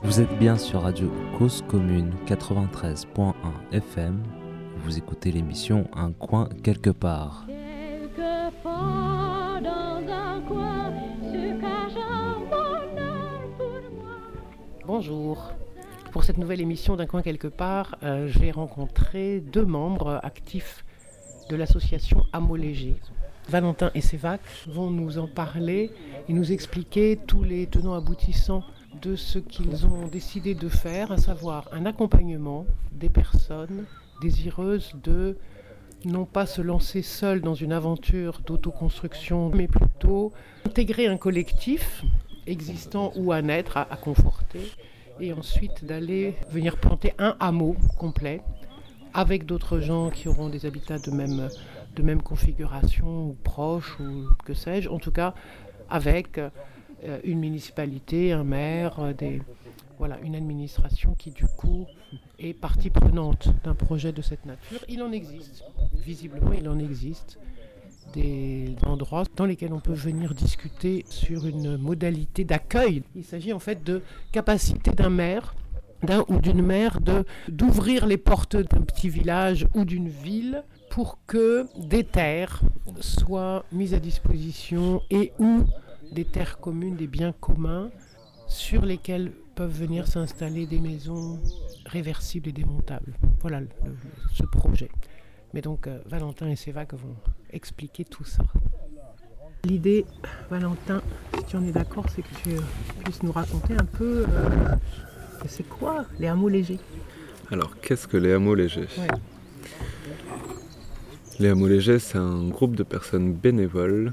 Vous êtes bien sur Radio Cause Commune 93.1 FM. Vous écoutez l'émission Un coin quelque part. Quelque part dans un coin se cache un bonheur pour moi. Bonjour. Pour cette nouvelle émission d'Un coin quelque part, j'ai rencontré deux membres actifs de l'association Hameau Léger. Valentin et Sévac vont nous en parler et nous expliquer tous les tenants aboutissants de ce qu'ils ont décidé de faire, à savoir un accompagnement des personnes désireuses de non pas se lancer seules dans une aventure d'autoconstruction, mais plutôt intégrer un collectif existant ou à naître, à conforter, et ensuite d'aller venir planter un hameau complet avec d'autres gens qui auront des habitats de même configuration ou proches ou que sais-je, en tout cas avec une municipalité, un maire, une administration qui du coup est partie prenante d'un projet de cette nature. Il en existe, visiblement il en existe des endroits dans lesquels on peut venir discuter sur une modalité d'accueil. Il s'agit en fait de capacité d'un maire, d'un ou d'une maire d'ouvrir les portes d'un petit village ou d'une ville pour que des terres soient mises à disposition et ou des terres communes, des biens communs sur lesquels peuvent venir s'installer des maisons réversibles et démontables. Voilà ce projet. Mais donc Valentin et Sévac vont expliquer tout ça. L'idée, Valentin, si tu en es d'accord, c'est que tu puisses nous raconter un peu c'est quoi les hameaux légers. Alors, qu'est-ce que les hameaux légers ? Ouais. Les hameaux légers, c'est un groupe de personnes bénévoles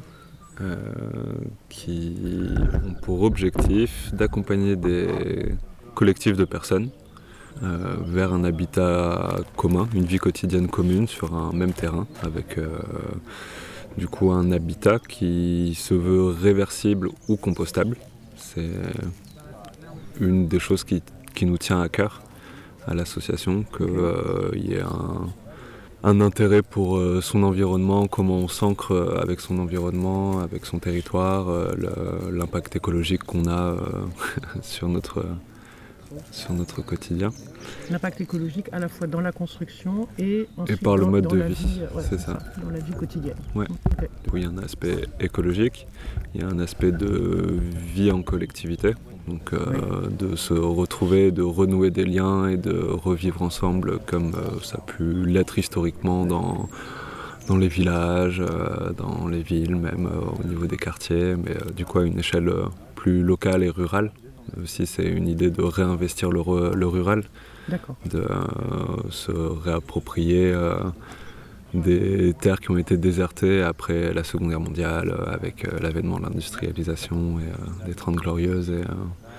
qui ont pour objectif d'accompagner des collectifs de personnes vers un habitat commun, une vie quotidienne commune sur un même terrain, avec du coup un habitat qui se veut réversible ou compostable. C'est une des choses qui nous tient à cœur à l'association, qu'il y ait un intérêt pour son environnement, comment on s'ancre avec son environnement, avec son territoire, l'impact écologique qu'on a sur notre quotidien. L'impact écologique à la fois dans la construction et ensuite par le mode dans de la vie, vie, c'est ça. Dans la vie quotidienne. Ouais. Okay. Oui, il y a un aspect écologique, il y a un aspect de vie en collectivité, donc de se retrouver, de renouer des liens et de revivre ensemble comme ça a pu l'être historiquement dans les villages, dans les villes, même au niveau des quartiers, mais du coup à une échelle plus locale et rurale. Aussi, c'est une idée de réinvestir le rural, de se réapproprier des terres qui ont été désertées après la Seconde Guerre mondiale, avec l'avènement de l'industrialisation et des 30 Glorieuses, et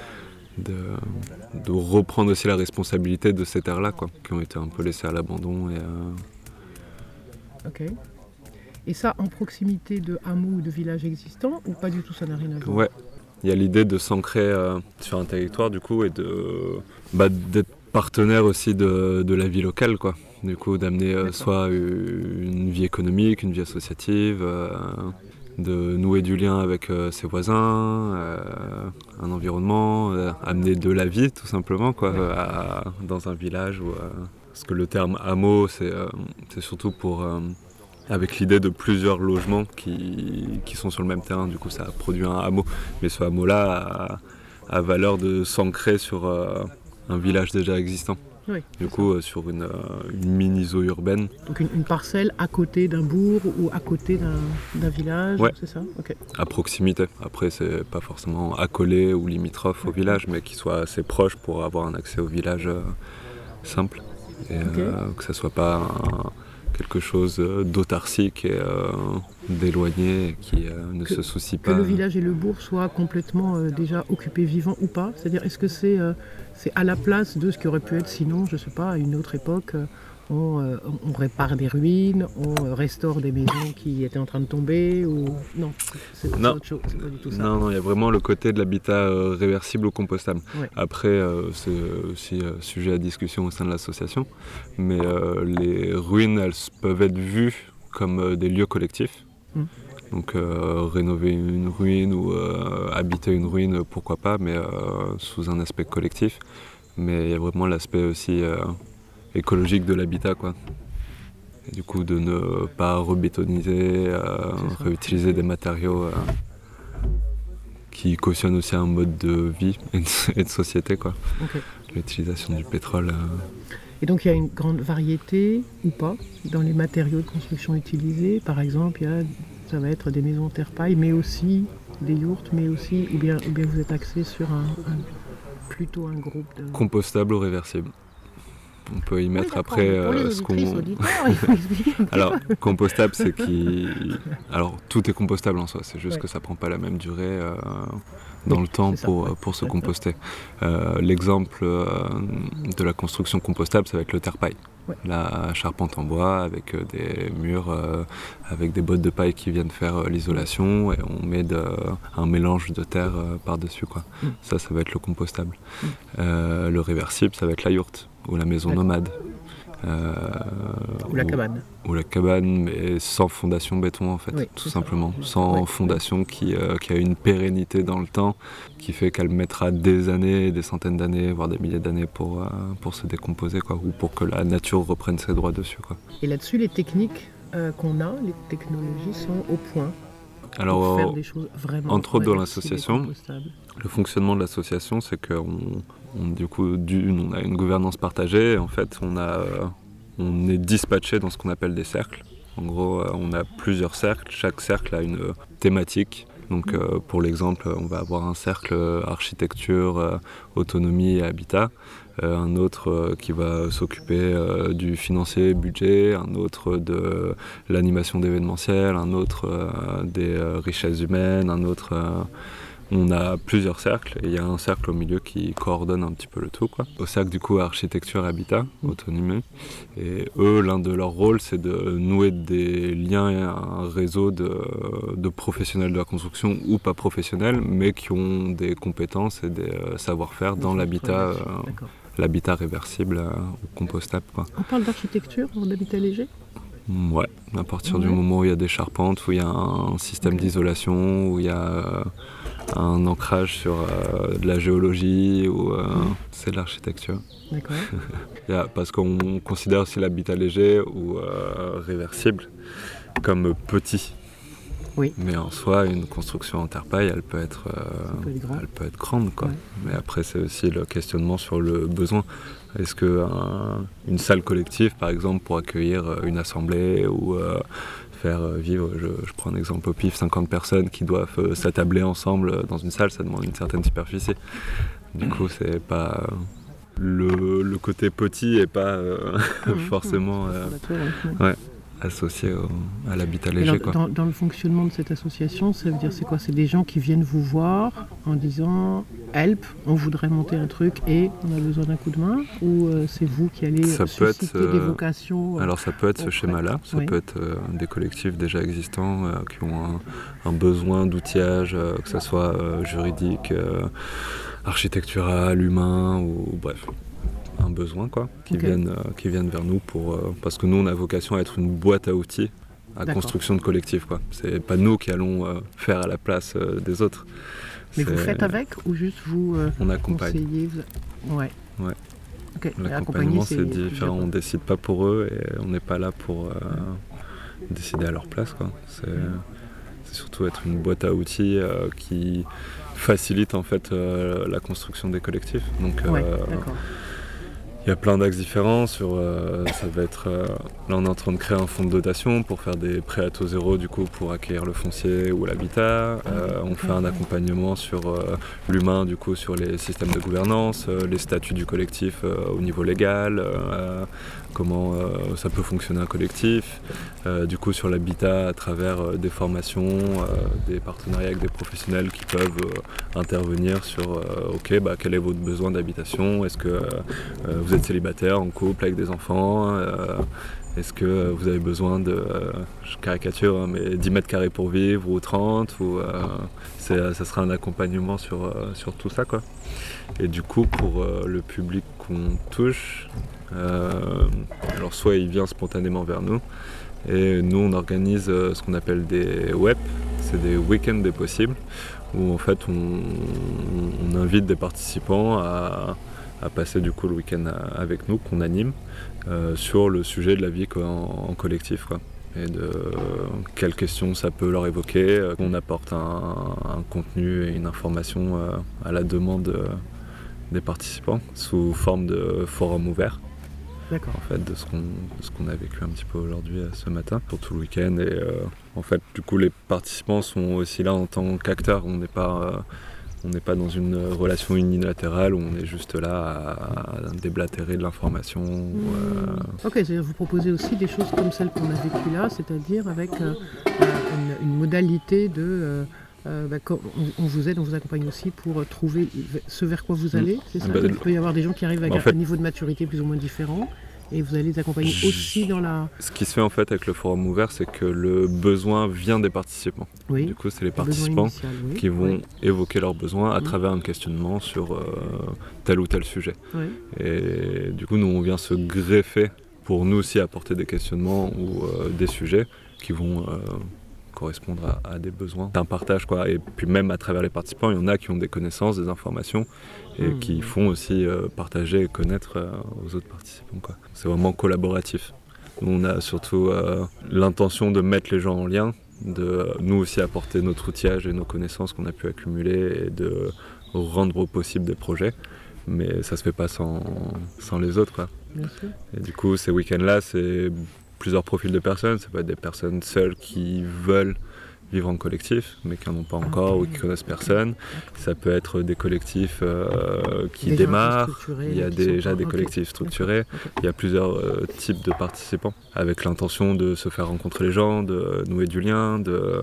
de reprendre aussi la responsabilité de ces terres-là, qui ont été un peu laissées à l'abandon. Ok. Et ça en proximité de hameaux ou de villages existants, ou pas du tout, ça n'a rien à voir ? Ouais. Il y a l'idée de s'ancrer sur un territoire du coup et d'être partenaire aussi de la vie locale, Du coup d'amener soit une vie économique, une vie associative, de nouer du lien avec ses voisins, un environnement, amener de la vie tout simplement dans un village. Parce que le terme hameau c'est surtout pour... avec l'idée de plusieurs logements qui sont sur le même terrain, du coup ça a produit un hameau. Mais ce hameau-là a valeur de s'ancrer sur un village déjà existant. Oui, du coup sur une mini-zone urbaine. Donc une parcelle à côté d'un bourg ou à côté d'un village, ouais. C'est ça ? Okay. À proximité. Après c'est pas forcément accolé ou limitrophe au village, mais qui soit assez proche pour avoir un accès au village simple. Et que ça soit pas quelque chose d'autarcique et d'éloigné qui ne se soucie pas. Que le village et le bourg soient complètement déjà occupés vivants ou pas ? C'est-à-dire, est-ce que c'est à la place de ce qui aurait pu être sinon, je ne sais pas, à une autre époque, on répare des ruines, on restaure des maisons qui étaient en train de tomber ou... Non, c'est autre chose, c'est pas du tout ça. Non, il y a vraiment le côté de l'habitat réversible ou compostable. Ouais. Après, c'est aussi sujet à discussion au sein de l'association, mais les ruines, elles peuvent être vues comme des lieux collectifs Donc rénover une ruine ou habiter une ruine, pourquoi pas, mais sous un aspect collectif. Mais il y a vraiment l'aspect aussi écologique de l'habitat, quoi. Et du coup, de ne pas rebétoniser, réutiliser des matériaux qui cautionnent aussi un mode de vie et de société, quoi. Ok. L'utilisation du pétrole. Et donc il y a une grande variété, ou pas, dans les matériaux de construction utilisés. Par exemple, ça va être des maisons en terre-paille, mais aussi des yourtes, mais aussi, ou bien vous êtes axé sur plutôt un groupe de... Compostable ou réversible. On peut y mettre après ce qu'on... il faut expliquer un peu. Alors, compostable, c'est Alors, tout est compostable en soi, c'est juste que ça prend pas la même durée dans le temps pour se composter. L'exemple de la construction compostable, ça va être le terre-paille. Ouais. La charpente en bois avec des murs, avec des bottes de paille qui viennent faire l'isolation et on met un mélange de terre par-dessus, quoi. Ça va être le compostable. Le réversible, ça va être la yourte ou la maison nomade. Ou la cabane. Ou la cabane, mais sans fondation béton en fait, tout simplement. Sans fondation qui a une pérennité dans le temps, qui fait qu'elle mettra des années, des centaines d'années, voire des milliers d'années pour se décomposer, quoi, ou pour que la nature reprenne ses droits dessus, quoi. Et là-dessus, les techniques qu'on a, les technologies sont au point. Alors, pour faire des choses vraiment, entre autres dans l'association, le fonctionnement de l'association, c'est qu'on on a une gouvernance partagée. Et en fait, on est dispatché dans ce qu'on appelle des cercles. En gros, on a plusieurs cercles. Chaque cercle a une thématique. Donc, pour l'exemple, on va avoir un cercle architecture, autonomie et habitat. Un autre qui va s'occuper du financier, budget, un autre de l'animation d'événementiel, un autre des richesses humaines, un autre... on a plusieurs cercles et il y a un cercle au milieu qui coordonne un petit peu le tout, quoi. Au cercle du coup architecture, habitat, autonomie. Et eux, l'un de leurs rôles, c'est de nouer des liens et un réseau de professionnels de la construction ou pas professionnels, mais qui ont des compétences et des savoir-faire dans l'habitat. L'habitat réversible ou compostable, quoi. On parle d'architecture, d'habitat léger ? Ouais, à partir du moment où il y a des charpentes, où il y a un système d'isolation, où il y a un ancrage sur de la géologie, où c'est de l'architecture. D'accord. Parce qu'on considère aussi l'habitat léger ou réversible comme petit. Oui. Mais en soi, une construction en terre-paille, elle peut être grande, quoi. Ouais. Mais après, c'est aussi le questionnement sur le besoin. Est-ce qu'une salle collective, par exemple, pour accueillir une assemblée ou faire vivre, je prends un exemple au pif, 50 personnes qui doivent s'attabler ensemble dans une salle, ça demande une certaine superficie. Du coup, c'est pas... Le côté petit n'est pas forcément... associé à l'habitat léger. Alors, quoi. Dans le fonctionnement de cette association, ça veut dire c'est quoi ? C'est des gens qui viennent vous voir en disant « Help, on voudrait monter un truc et on a besoin d'un coup de main » ou c'est vous qui allez susciter des vocations Alors ça peut être ce schéma-là, ça peut être des collectifs déjà existants qui ont un besoin d'outillage, que ce soit juridique, architectural, humain ou bref. Un besoin qui viennent vers nous parce que nous on a vocation à être une boîte à outils à construction de collectif, quoi. C'est pas nous qui allons faire à la place des autres. Mais vous faites avec ou juste vous on accompagne. Conseillez Ouais. Okay. L'accompagnement c'est différent, on décide pas pour eux et on n'est pas là pour décider à leur place, quoi. C'est surtout être une boîte à outils qui facilite en fait la construction des collectifs. Donc d'accord. il y a plein d'axes différents sur, ça va être, là on est en train de créer un fonds de dotation pour faire des prêts à taux zéro du coup pour acquérir le foncier ou l'habitat. On fait un accompagnement sur l'humain du coup sur les systèmes de gouvernance, les statuts du collectif au niveau légal, comment ça peut fonctionner un collectif, du coup sur l'habitat à travers des formations, des partenariats avec des professionnels qui peuvent intervenir sur quel est votre besoin d'habitation, est-ce que vous êtes célibataire, en couple, avec des enfants, est-ce que vous avez besoin de, je caricature, mais 10 mètres carrés pour vivre ou 30 ou, ça sera un accompagnement sur tout ça, quoi. Et du coup pour le public qu'on touche, alors soit il vient spontanément vers nous Et nous, on organise ce qu'on appelle des WEP, c'est des week-ends des possibles, où en fait on invite des participants à passer du coup le week-end avec nous, qu'on anime, sur le sujet de la vie en collectif, quoi. Et de quelles questions ça peut leur évoquer. On apporte un contenu et une information à la demande des participants sous forme de forum ouvert. D'accord. En fait, de ce qu'on a vécu un petit peu aujourd'hui, ce matin, pour tout le week-end. Et en fait, du coup, les participants sont aussi là en tant qu'acteurs. On n'est pas dans une relation unilatérale où on est juste là à déblatérer de l'information. Ok, c'est-à-dire vous proposez aussi des choses comme celles qu'on a vécues là, c'est-à-dire avec une modalité de... on vous aide, on vous accompagne aussi pour trouver ce vers quoi vous allez, c'est ça? Il peut y avoir des gens qui arrivent avec un niveau de maturité plus ou moins différent et vous allez les accompagner aussi dans la... Ce qui se fait en fait avec le forum ouvert, c'est que le besoin vient des participants. Oui. Du coup, c'est les participants initial, qui vont évoquer leurs besoins à travers un questionnement sur tel ou tel sujet. Oui. Et du coup, nous, on vient se greffer pour nous aussi apporter des questionnements ou des sujets qui vont... correspondre à des besoins d'un partage, quoi. Et puis même à travers les participants, il y en a qui ont des connaissances, des informations et qui font aussi partager et connaître aux autres participants, quoi. C'est vraiment collaboratif. Nous, on a surtout l'intention de mettre les gens en lien, de nous aussi apporter notre outillage et nos connaissances qu'on a pu accumuler et de rendre possible des projets, mais ça se fait pas sans les autres, quoi. Bien sûr. Et du coup, ces week-ends-là, c'est plusieurs profils de personnes. Ça peut être des personnes seules qui veulent vivre en collectif mais qui n'en ont pas encore ou qui connaissent personne. Ça peut être des collectifs qui démarrent. Il y a déjà des collectifs structurés. Il y a plusieurs types de participants avec l'intention de se faire rencontrer les gens, de nouer du lien.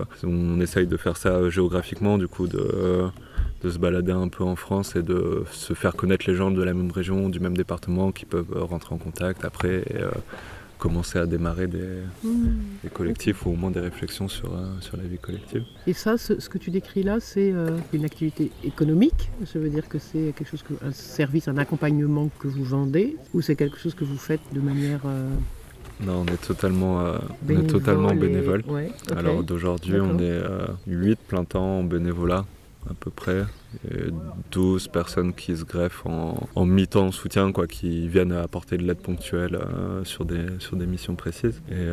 On essaye de faire ça géographiquement, du coup de se balader un peu en France et de se faire connaître les gens de la même région, du même département qui peuvent rentrer en contact après et, commencer à démarrer des collectifs ou au moins des réflexions sur la vie collective. Et ça, ce que tu décris là, c'est une activité économique? Ça veut dire que c'est quelque chose, un service, un accompagnement que vous vendez, ou c'est quelque chose que vous faites de manière... Non, on est totalement bénévole. Ouais, okay. Alors d'aujourd'hui, on est 8 plein temps en bénévolat à peu près, et 12 personnes qui se greffent en mi-temps soutien, quoi, qui viennent apporter de l'aide ponctuelle sur des missions précises. Et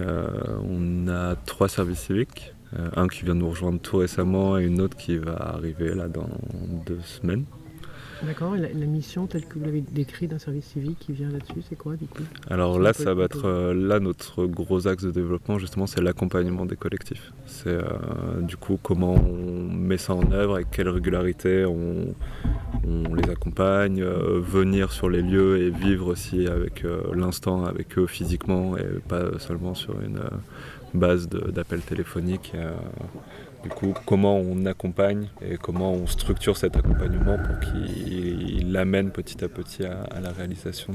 on a 3 services civiques, un qui vient de nous rejoindre tout récemment et une autre qui va arriver là dans 2 semaines. D'accord, et la mission telle que vous l'avez décrite d'un service civique qui vient là-dessus, c'est quoi du coup? Alors là, ça va être notre gros axe de développement, justement, c'est l'accompagnement des collectifs. C'est du coup comment on met ça en œuvre, avec quelle régularité on les accompagne, venir sur les lieux et vivre aussi avec l'instant avec eux physiquement et pas seulement sur une base d'appels téléphoniques. Du coup, comment on accompagne et comment on structure cet accompagnement pour qu'il amène petit à petit à la réalisation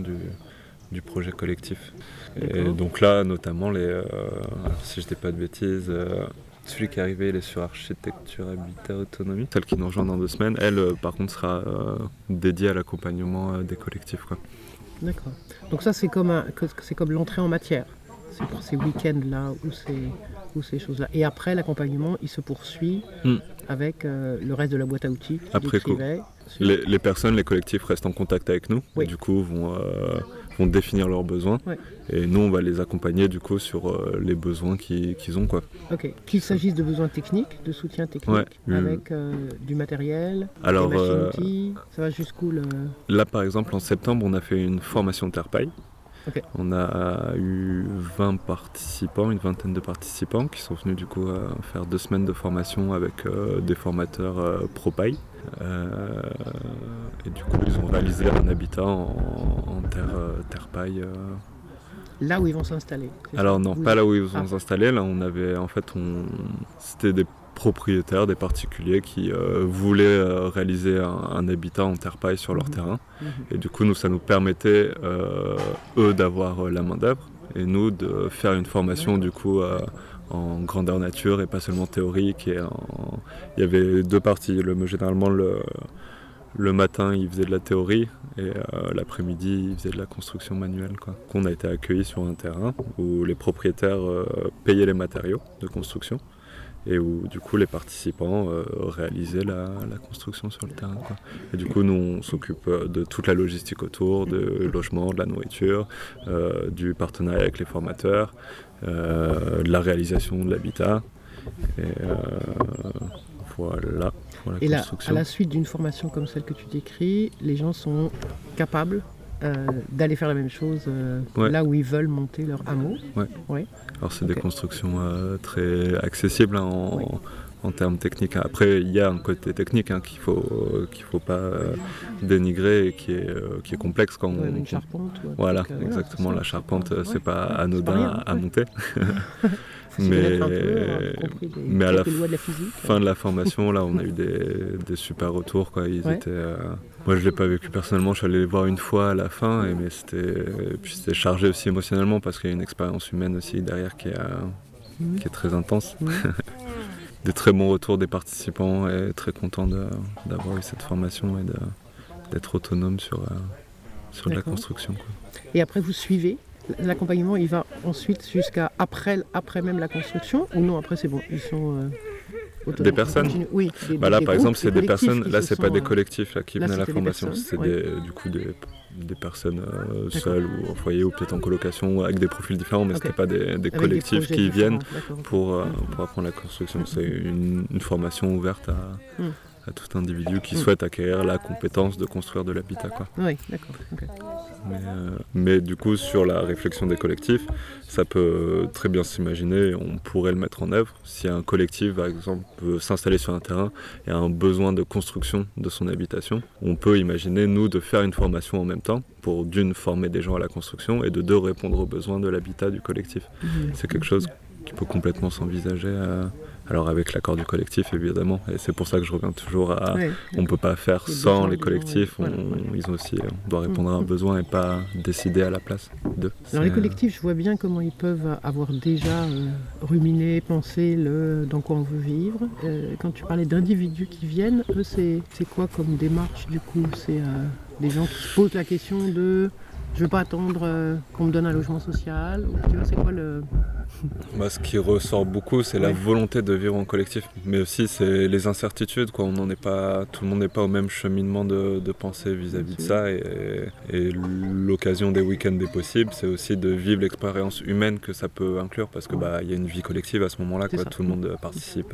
du projet collectif. Et donc là, notamment, si je ne dis pas de bêtises, celui qui est arrivé, il est sur architecture, habitat, autonomie. Celle qui nous rejoint dans 2 semaines, elle, par contre, sera dédiée à l'accompagnement des collectifs, quoi. D'accord. Donc ça, c'est comme l'entrée en matière. C'est pour ces week-ends-là ou ces choses-là. Et après, l'accompagnement, il se poursuit avec le reste de la boîte à outils. Après coup, les personnes, les collectifs restent en contact avec nous. Oui. Et du coup, vont définir leurs besoins. Oui. Et nous, on va les accompagner du coup sur les besoins qu'ils ont, quoi. Ok. Qu'il s'agisse de besoins techniques, de soutien technique, avec du matériel, des machines-outils. Ça va jusqu'où Là, par exemple, en septembre, on a fait une formation de terre-paille. Okay. On a eu 20 participants, une vingtaine de participants qui sont venus du coup faire 2 semaines de formation avec des formateurs ProPaille. Et du coup, ils ont réalisé un habitat en terre-paille. Là où ils vont s'installer? Alors non, pas là où ils vont s'installer. Là, on avait c'était des propriétaires, des particuliers qui voulaient réaliser un habitat en terre-paille sur leur terrain. Et du coup, ça nous permettait, eux, d'avoir la main-d'œuvre et nous de faire une formation du coup en grandeur nature et pas seulement théorique. Il y avait 2 parties. Généralement, le matin, ils faisaient de la théorie et l'après-midi, ils faisaient de la construction manuelle, quoi. On a été accueillis sur un terrain où les propriétaires payaient les matériaux de construction et où du coup les participants réalisaient la construction sur le terrain, quoi. Et du coup nous on s'occupe de toute la logistique autour, de logement, de la nourriture, du partenariat avec les formateurs, de la réalisation de l'habitat et voilà pour la Et là, construction. à la suite d'une formation comme celle que tu décris, les gens sont capables d'aller faire la même chose Ouais. là où ils veulent monter leur hameau. Alors c'est Ok. des constructions très accessibles en termes techniques. Après il y a un côté technique qu'il faut pas dénigrer et qui est complexe quand Ouais, on... une charpente. Ou un Voilà, truc, exactement, c'est ça, la charpente ouais. c'est pas C'est anodin pas rien, à ouais. monter. Faut s'y connaître un peu, mais compris mais à la quelques lois de la physique. fin de la formation, là, on a eu des super retours, quoi. Ils Ouais. étaient, moi, je l'ai pas vécu personnellement. Je suis allé les voir une fois à la fin, mais c'était chargé aussi émotionnellement parce qu'il y a une expérience humaine aussi derrière qui est très intense. Mhm. Des très bons retours des participants et très contents d'avoir eu cette formation et d'être autonome sur de la D'accord. construction, quoi. Et après, vous suivez. L'accompagnement, il va ensuite jusqu'à après même la construction ou non, après c'est bon, ils sont autonomes. Des personnes? Ils continuent. Oui. Bah là, des par groupes, exemple, c'est des collectifs personnes. qui Là, se c'est pas sont, des collectifs là, qui là, venaient à la c'était des formation. personnes, C'est ouais. du coup des personnes seules ou en foyer ou peut-être en colocation avec des profils différents, mais Ok. c'était pas des avec des collectifs projets qui viennent différents, d'accord. pour apprendre la construction. C'est une formation ouverte Mm. à tout individu qui souhaite acquérir la compétence de construire de l'habitat, quoi. Oui, d'accord. ok. Mais du coup, sur la réflexion des collectifs, ça peut très bien s'imaginer, on pourrait le mettre en œuvre. Si un collectif, par exemple, veut s'installer sur un terrain et a un besoin de construction de son habitation, on peut imaginer, nous, de faire une formation en même temps pour, d'une, former des gens à la construction et de deux, répondre aux besoins de l'habitat du collectif. Mhm. C'est quelque chose qui peut complètement s'envisager, alors avec l'accord du collectif, évidemment. Et c'est pour ça que je reviens toujours à... Ouais, On ne peut pas faire Les sans besoins les des gens, collectifs, ouais. Voilà, ils ont aussi, on doit répondre à un besoin et pas décider à la place d'eux. Alors les C'est- collectifs, je vois bien comment ils peuvent avoir déjà ruminé, pensé dans quoi on veut vivre. Quand tu parlais d'individus qui viennent, eux c'est quoi comme démarche du coup? C'est des gens qui se posent la question de je veux pas attendre qu'on me donne un logement social, ou, tu vois, c'est quoi le... Bah, ce qui ressort beaucoup, c'est la Ouais. volonté de vivre en collectif, mais aussi c'est les incertitudes, quoi. On n'en est pas, tout le monde n'est pas au même cheminement de pensée vis-à-vis de ça, et l'occasion des week-ends des possibles, c'est aussi de vivre l'expérience humaine que ça peut inclure, parce que il y a une vie collective à ce moment-là, C'est quoi. ça. Tout le monde participe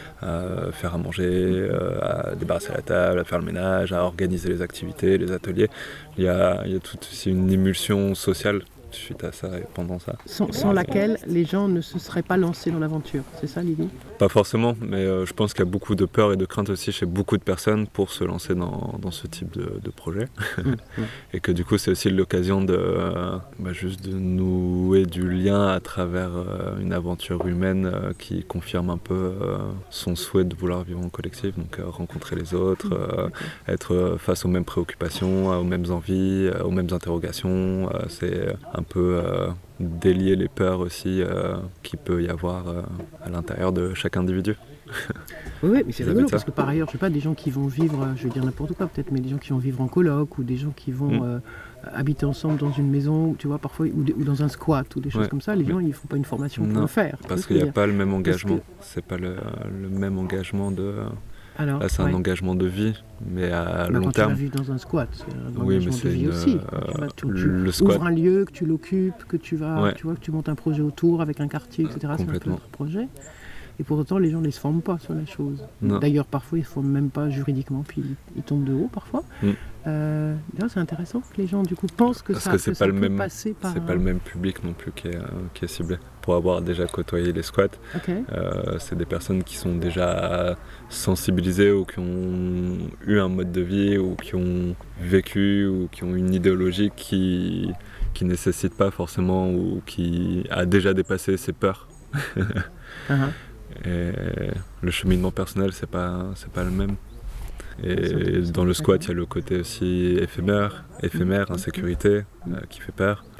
à faire à manger, à débarrasser la table, à faire le ménage, à organiser les activités, les ateliers. Il y a toute aussi une émulsion sociale suite à ça et pendant ça. Sans laquelle les gens ne se seraient pas lancés dans l'aventure, c'est ça l'idée? Pas forcément, mais je pense qu'il y a beaucoup de peur et de crainte aussi chez beaucoup de personnes pour se lancer dans ce type de projet. Et que du coup c'est aussi l'occasion juste de nouer du lien à travers une aventure humaine qui confirme un peu son souhait de vouloir vivre en collectif, donc rencontrer les autres, être face aux mêmes préoccupations, aux mêmes envies, aux mêmes interrogations. C'est un peu délier les peurs aussi qu'il peut y avoir à l'intérieur de chaque individu. Oui, mais c'est Vous avez rigolo ça parce que par ailleurs, je sais pas, des gens qui vont vivre, je vais dire n'importe quoi peut-être, mais des gens qui vont vivre en coloc ou des gens qui vont habiter ensemble dans une maison, tu vois, parfois, ou dans un squat ou des choses Ouais. comme ça, les gens ils font pas une formation pour Non, le faire. Parce Tu qu'il vois n'y ce a que je veux pas le même engagement. que- C'est pas le même engagement de... dire. Alors, Là, c'est un ouais. engagement de vie, mais à Bah, long quand terme. tu vas vivre dans un squat, c'est un Oui, engagement mais de c'est vie aussi. Tu le squat. ouvres un lieu, que tu l'occupes, que tu vas, Ouais. tu vois, que tu montes un projet autour avec un quartier, etc. C'est un Complètement. autre projet. Et pour autant, les gens ne se forment pas sur la chose. Non. D'ailleurs, parfois, ils ne se forment même pas juridiquement, puis ils tombent de haut parfois. D'ailleurs, c'est intéressant que les gens, du coup, pensent que Parce ça, que c'est ça pas le peut même- passer par... C'est pas le même public non plus qui est ciblé. Pour avoir déjà côtoyé les squats, Ok. c'est des personnes qui sont déjà sensibilisées ou qui ont eu un mode de vie ou qui ont vécu ou qui ont une idéologie qui nécessite pas forcément ou qui a déjà dépassé ses peurs. Uh-huh. Et le cheminement personnel, c'est pas le même. C'est Et intéressant. dans le squat, il y a le côté aussi éphémère, insécurité, qui fait peur.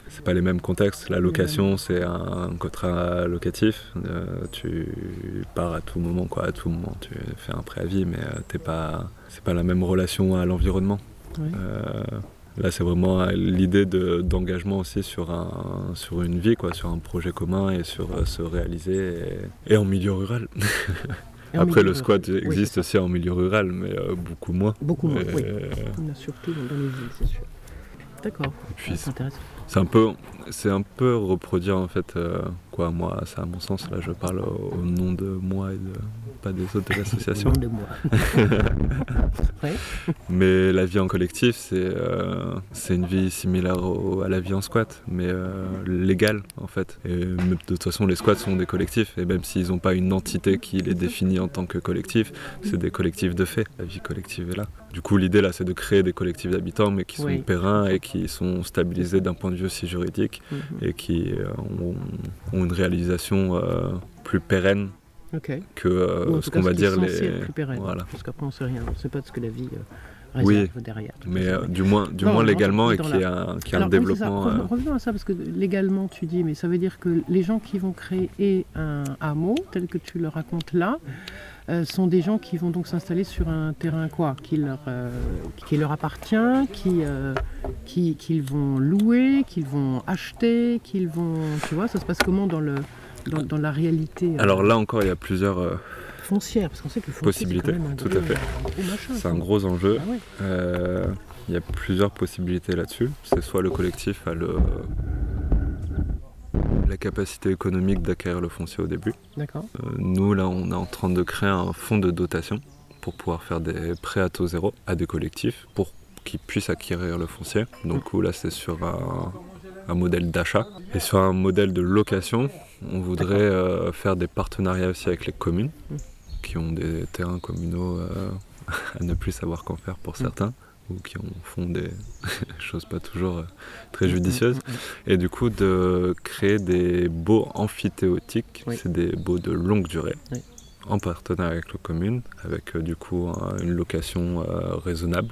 c'est pas les mêmes contextes. La location, c'est un contrat locatif. Tu pars à tout moment, quoi. À tout moment, tu fais un préavis, mais c'est pas la même relation à l'environnement. Oui. Là, c'est vraiment l'idée d'engagement aussi sur une vie, quoi, sur un projet commun et sur se réaliser et en milieu rural. Après, le squat existe aussi en milieu rural, mais beaucoup moins. Beaucoup moins, oui. Surtout dans les villes, c'est sûr. D'accord, c'est intéressant. C'est un peu reproduire en fait, moi, c'est à mon sens, là je parle au nom de moi et pas des autres de l'association. Au nom de moi. Ouais. Mais la vie en collectif, c'est une vie similaire à la vie en squat, mais légale en fait. Et de toute façon, les squats sont des collectifs, et même s'ils n'ont pas une entité qui les définit en tant que collectif, c'est des collectifs de fait. La vie collective est là. Du coup, l'idée là, c'est de créer des collectifs d'habitants, mais qui sont pérennes et qui sont stabilisés d'un point de vue aussi juridique et qui ont une réalisation plus pérenne que ce qu'on va dire les. Plus pérenne, voilà. Parce qu'après on sait rien, on ne sait pas de ce que la vie réserve derrière. Mais du moins légalement et qu'il y a un développement. Revenons à ça parce que légalement tu dis, mais ça veut dire que les gens qui vont créer un hameau tel que tu le racontes là. Sont des gens qui vont donc s'installer sur un terrain qui leur appartient, qu'ils vont louer, qu'ils vont acheter, tu vois, ça se passe comment dans la réalité Alors là encore, il y a plusieurs foncières, parce qu'on sait que le foncier, possibilités, c'est quand même tout à fait. C'est un gros enjeu. Ah ouais. Il y a plusieurs possibilités là-dessus. C'est soit le collectif a la capacité économique d'acquérir le foncier au début. D'accord. Nous, là, on est en train de créer un fonds de dotation pour pouvoir faire des prêts à taux zéro à des collectifs pour qu'ils puissent acquérir le foncier. Donc là, c'est sur un modèle d'achat. Et sur un modèle de location, on voudrait faire des partenariats aussi avec les communes qui ont des terrains communaux à ne plus savoir qu'en faire pour certains. Ou qui font des choses pas toujours très judicieuses. Et du coup, de créer des baux amphithéotiques, c'est des baux de longue durée, en partenariat avec la commune, avec du coup une location raisonnable,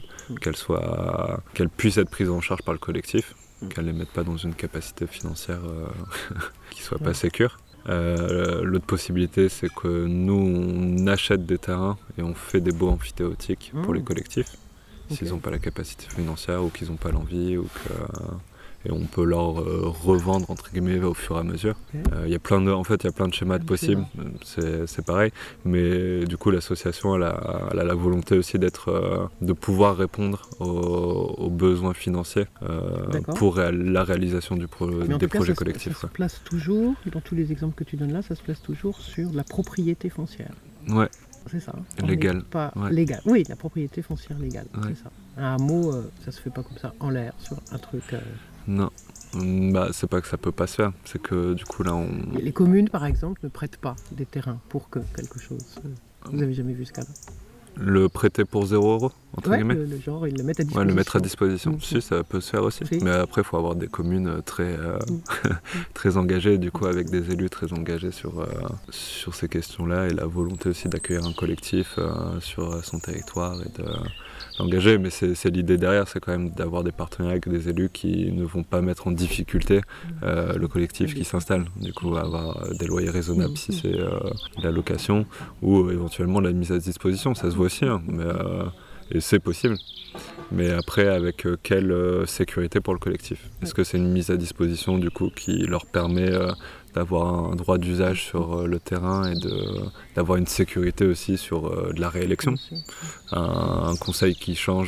qu'elle puisse être prise en charge par le collectif, qu'elle ne les mette pas dans une capacité financière qui soit pas sécure. L'autre possibilité, c'est que nous, on achète des terrains et on fait des baux amphithéotiques pour les collectifs. S'ils n'ont pas la capacité financière ou qu'ils n'ont pas l'envie et on peut leur revendre entre guillemets au fur et à mesure. Il y a plein de schémas possibles, c'est pareil, mais du coup l'association elle a la volonté aussi de pouvoir répondre aux besoins financiers pour la réalisation des projets collectifs. Ça se place toujours, dans tous les exemples que tu donnes là, ça se place toujours sur la propriété foncière. Ouais. C'est ça. Légal. Légal. Oui, la propriété foncière légale, c'est ça. Un hameau, ça se fait pas comme ça en l'air sur un truc. Non. C'est pas que ça peut pas se faire, c'est que du coup là Les communes par exemple ne prêtent pas des terrains pour que quelque chose. Vous avez jamais vu ce cas-là? Le prêter pour 0 € entre guillemets. Le genre ils le mettent à disposition. Ouais, le mettre à disposition. Si, ça peut se faire aussi. Mais après il faut avoir des communes très très engagées, du coup avec des élus très engagés sur ces questions-là et la volonté aussi d'accueillir un collectif sur son territoire et de l'engager. Mais c'est l'idée derrière, c'est quand même d'avoir des partenariats avec des élus qui ne vont pas mettre en difficulté le collectif qui s'installe. Du coup avoir des loyers raisonnables si c'est la location ou éventuellement la mise à disposition. Ça se voit aussi, et c'est possible. Mais après, avec quelle sécurité pour le collectif? Est-ce que c'est une mise à disposition du coup qui leur permet d'avoir un droit d'usage sur le terrain et d'avoir une sécurité aussi sur de la réélection, un conseil qui change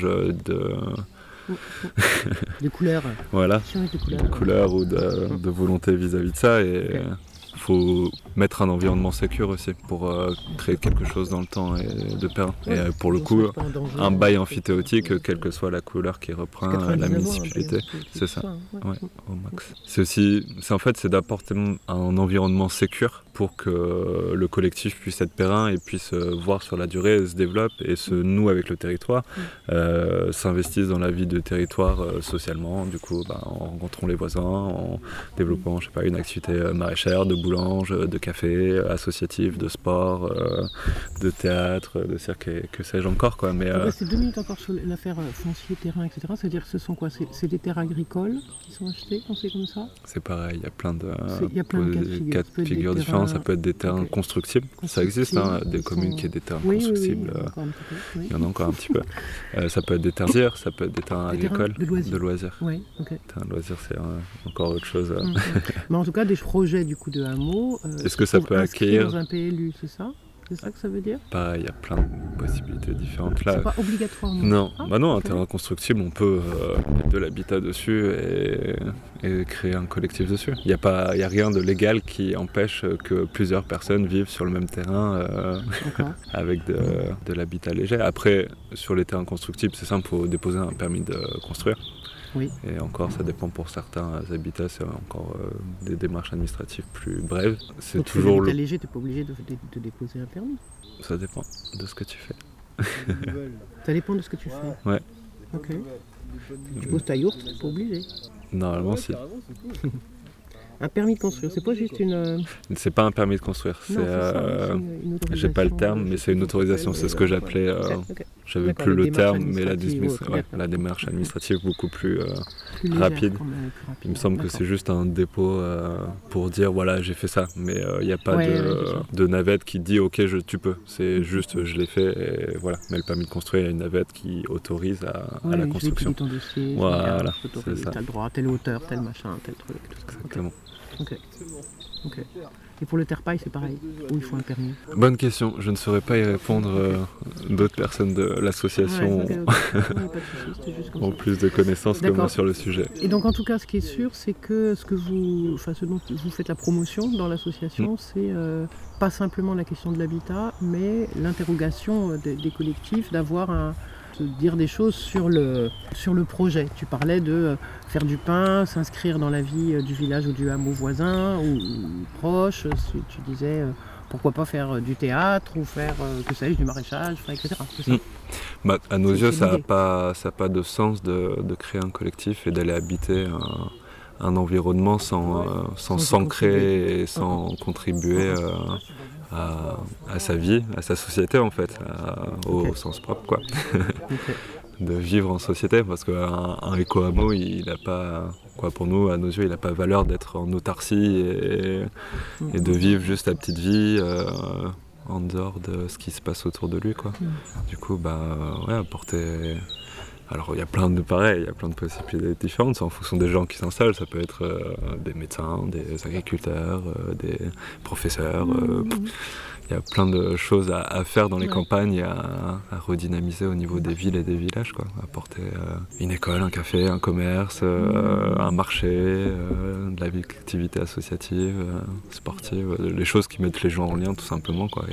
de couleur. Voilà, de couleur ou de volonté vis-à-vis de ça. Et faut mettre un environnement sécure aussi pour créer quelque chose dans le temps et de périn. Et pour le coup, un bail amphithéotique, quelle que soit la couleur qui reprend la municipalité, c'est ça. Ouais, au max. C'est d'apporter un environnement sécure pour que le collectif puisse être périn et puisse voir sur la durée, se développe et se noue avec le territoire, s'investisse dans la vie du territoire socialement, du coup en rencontrant les voisins, en développant une activité maraîchère, de boulanges, de cafés, associatifs, de sport, de théâtre, de cirque et que sais-je encore, quoi. Mais On va rester 2 minutes encore sur l'affaire foncier, terrain, etc. C'est-à-dire que ce sont quoi? C'est des terres agricoles qui sont achetées quand c'est comme ça? c'est pareil, il y a plein de Il y a plein de cas de figure. cas Ça peut de être figure des différents. Ça terrains- peut être des terrains Ok. constructibles. Ça existe, hein, des Qui communes sont- qui ont des terrains Oui, constructibles. encore un petit peu, oui. Il y en a encore un petit peu. Ça peut être des terrains loisirs, ça peut être des terrains Des terrains agricoles, de loisirs. Oui, ok. Terrain de loisirs, c'est encore autre chose. Mais en tout cas, des projets du coup de hameaux. Est-ce que ça sont peut inscrits accueillir dans un PLU, c'est ça? C'est ça que ça veut dire? Pareil, il y a plein de possibilités différentes là. C'est pas obligatoirement. Non, Ah, bah non, un ok. terrain constructible, on peut mettre de l'habitat dessus et créer un collectif dessus. Il n'y a rien de légal qui empêche que plusieurs personnes vivent sur le même terrain D'accord. avec de l'habitat léger. Après, sur les terrains constructibles, c'est simple, il faut déposer un permis de construire. Oui. Et encore, ça dépend pour certains habitats, c'est encore des démarches administratives plus brèves. C'est Donc, toujours l'habitat léger, t'es pas obligé de déposer un permis. Ça dépend de ce que tu fais. Ça dépend de ce que tu fais. Ouais. Ok. Tu poses ta yourte, t'es pas obligé. Normalement, si. Un permis de construire, c'est pas juste une. C'est pas un permis de construire, Non, c'est ça, c'est une autorisation. j'ai pas le terme, mais c'est une autorisation, c'est ce que j'appelais, Ok. j'avais D'accord, plus les le démarches terme, mais administratives, ok. la démarche administrative beaucoup plus Plus légère, rapide. quand même, plus rapide. Il me semble que D'accord. c'est juste un dépôt pour dire voilà j'ai fait ça, mais il n'y a pas Ouais, ouais, c'est ça. de navette qui dit ok tu peux, c'est juste je l'ai fait et voilà. Mais le permis de construire, il y a une navette qui autorise à Ouais, la je vais construction. étudier ton dossier, Voilà, je c'est t'autorise, ça. t'as le droit à telle hauteur, tel machin, tel truc. Tout ça. Exactement. Ok. Ok. Et pour le terre-paille, c'est pareil, où il faut un permis. Bonne question, je ne saurais pas y répondre. D'autres personnes de l'association Ouais, ok. Ouais, pas de soucis, c'était juste comme ont ça. plus de connaissances que moi D'accord. sur le sujet. Et donc en tout cas, ce qui est sûr, c'est que ce dont vous faites la promotion dans l'association, c'est pas simplement la question de l'habitat, mais l'interrogation des collectifs, de dire des choses sur le projet. Tu parlais de faire du pain, s'inscrire dans la vie du village ou du hameau voisin ou proche. Tu disais pourquoi pas faire du théâtre ou faire que sais-je, du maraîchage, etc. C'est ça. Bah, à nos C'est yeux, ça n'a l'idée. pas de sens de créer un collectif et d'aller habiter un environnement sans s'ancrer et sans contribuer à sa vie, à sa société en fait, au Ok. sens propre quoi. Ok. De vivre en société parce qu'un éco-hameau, il n'a pas, quoi, pour nous, à nos yeux, il n'a pas valeur d'être en autarcie et de vivre juste sa petite vie en dehors de ce qui se passe autour de lui, quoi. Du coup, apporter... Alors, il y a plein de possibilités différentes, c'est en fonction des gens qui s'installent. Ça peut être des médecins, des agriculteurs, des professeurs. Il y a plein de choses à faire dans les campagnes et à redynamiser au niveau des villes et des villages, quoi. Apporter une école, un café, un commerce, un marché, de la activité associative, sportive, les choses qui mettent les gens en lien tout simplement, quoi,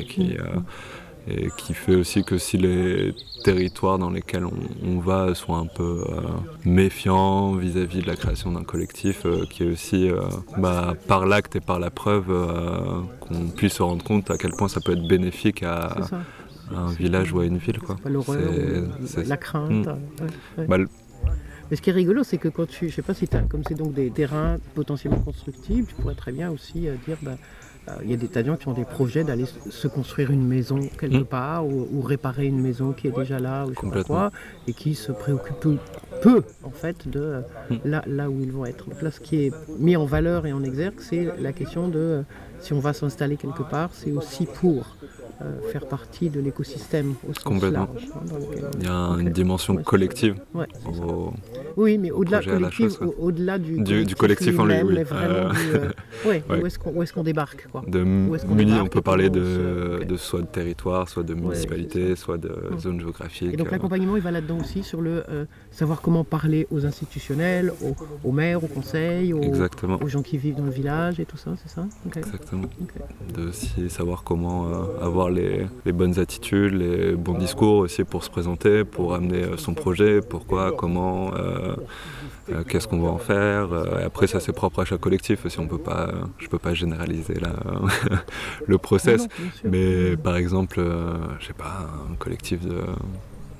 et qui fait aussi que si les territoires dans lesquels on va sont un peu méfiants vis-à-vis de la création d'un collectif, qui est aussi par l'acte et par la preuve qu'on puisse se rendre compte à quel point ça peut être bénéfique à C'est ça. un village ou à une ville, quoi. Pas l'horreur, C'est- la crainte. Ouais. Bah, Mais ce qui est rigolo, c'est que quand je sais pas si comme c'est donc des terrains potentiellement constructibles, tu pourrais très bien aussi dire, il y a des tas de gens qui ont des projets d'aller se construire une maison quelque part ou réparer une maison qui est déjà là ou je sais pas Complètement. quoi, et qui se préoccupent peu en fait de là où ils vont être. Donc là, ce qui est mis en valeur et en exergue, c'est la question de si on va s'installer quelque part, c'est aussi pour faire partie de l'écosystème au sens Complètement. large. Dans lequel il y a Ok. une dimension Ouais, collective Ouais, c'est ça. au Oui, mais au-delà projet à la collectif, chose, quoi. au-delà Du collectif en lui, lui-même, oui. mais vraiment Ouais. où est-ce qu'on débarque, quoi. de Où est-ce qu'on muni, débarque on peut et parler comment on se- de soit de territoire, soit de municipalité, soit de zone géographique. Et donc l'accompagnement, il va là-dedans aussi sur le savoir comment parler aux institutionnels, aux maires, aux conseils, Exactement. aux gens qui vivent dans le village et tout ça, c'est ça? Ok. Exactement. Ok. De aussi savoir comment avoir les bonnes attitudes, les bons discours aussi pour se présenter, pour amener son projet, pourquoi, comment, qu'est-ce qu'on va en faire. Et après ça c'est propre à chaque collectif aussi, je peux pas généraliser là le process. Non, bien sûr. Mais par exemple, je sais pas, un collectif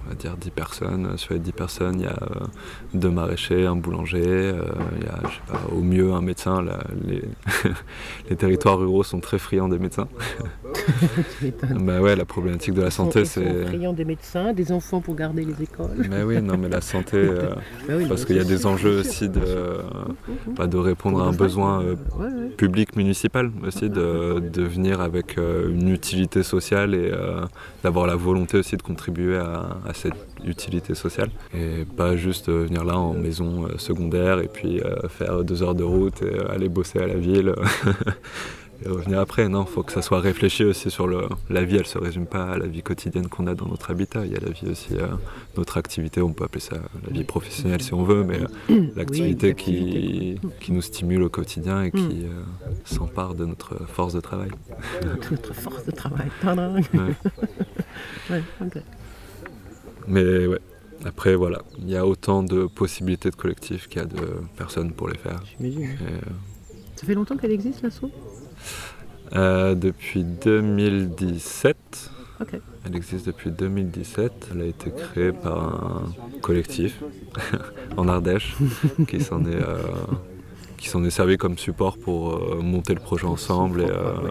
on va dire 10 personnes. Sur les 10 personnes, il y a 2 maraîchers, un boulanger, il y a, je sais pas, au mieux un médecin. Les territoires ruraux sont très friands des médecins. Tu m'étonnes. Bah ouais, la problématique de la santé, Ils sont c'est... friands des médecins, des enfants pour garder les écoles. Mais oui, non, mais la santé, Bah oui, parce mais qu'il y a c'est des sûr, enjeux c'est aussi sûr. de répondre à un besoin Ouais. public municipal aussi, de venir avec une utilité sociale et d'avoir la volonté aussi de contribuer à cette utilité sociale. Et pas juste venir là en maison secondaire et puis faire 2 heures de route et aller bosser à la ville. Et revenir après, non, il faut que ça soit réfléchi aussi sur la vie, elle ne se résume pas à la vie quotidienne qu'on a dans notre habitat, il y a la vie aussi, notre activité, on peut appeler ça la vie professionnelle si on veut, mais l'activité qui nous stimule au quotidien et qui s'empare de notre force de travail. Notre force de travail. Tadam. Ouais, ok. Mais ouais, après voilà, il y a autant de possibilités de collectifs qu'il y a de personnes pour les faire. J'imagine. Et, Ça fait longtemps qu'elle existe, l'asso? depuis 2017. Ok. Elle existe depuis 2017. Elle a été créée par un collectif en Ardèche qui s'en est servi comme support pour monter le projet ensemble.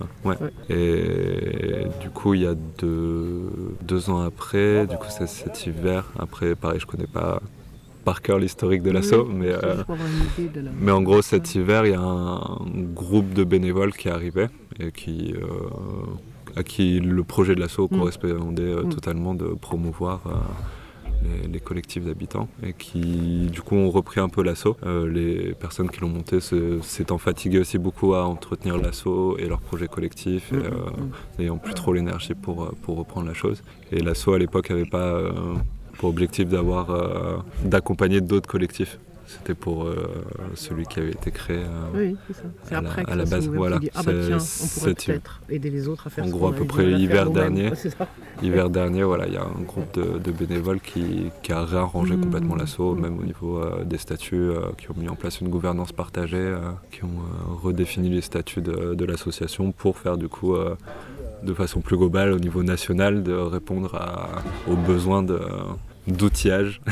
Et du coup, il y a 2 ans après, du coup c'est cet hiver. Après, pareil, je connais pas par cœur l'historique de l'asso, mais en gros cet hiver il y a un groupe de bénévoles qui arrivait et à qui le projet de l'asso correspondait totalement de promouvoir les collectifs d'habitants et qui du coup ont repris un peu l'asso. Les personnes qui l'ont monté s'étant fatiguées aussi beaucoup à entretenir l'asso et leur projet collectif et n'ayant plus trop l'énergie pour reprendre la chose. Et l'asso à l'époque n'avait pas pour objectif d'accompagner d'autres collectifs. C'était pour celui qui avait été créé oui, c'est ça. C'est après que à la base. Voilà. Dit, ah bah tiens, on pourrait c'est peut-être aider les autres à faire en ce gros qu'on à peu a près du mal à faire l'hiver nous-mêmes. dernier. C'est ça. L'hiver dernier, voilà, il y a un groupe de bénévoles qui a réarrangé complètement l'asso, même au niveau des statuts, qui ont mis en place une gouvernance partagée, qui ont redéfini les statuts de l'association pour faire du coup de façon plus globale au niveau national de répondre aux besoins d'outillage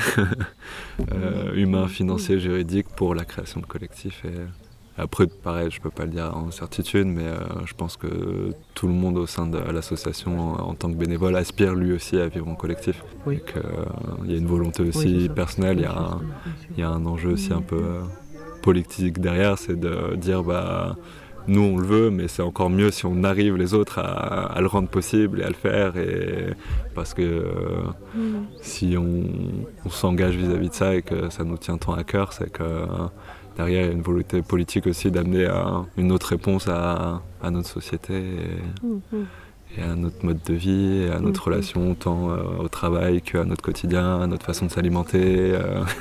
humain, financier, juridique pour la création de collectifs. Et après, pareil, je peux pas le dire en certitude, mais je pense que tout le monde au sein de l'association, en tant que bénévole, aspire lui aussi à vivre en collectif. Oui. Et qu'il y a une volonté aussi personnelle, il y a un enjeu aussi un peu politique derrière, c'est de dire nous on le veut, mais c'est encore mieux si on arrive les autres à le rendre possible et à le faire, parce que si on s'engage vis-à-vis de ça et que ça nous tient tant à cœur, c'est que derrière il y a une volonté politique aussi d'amener une autre réponse à notre société et à notre mode de vie, et à notre relation tant au travail qu'à notre quotidien, à notre façon de s'alimenter,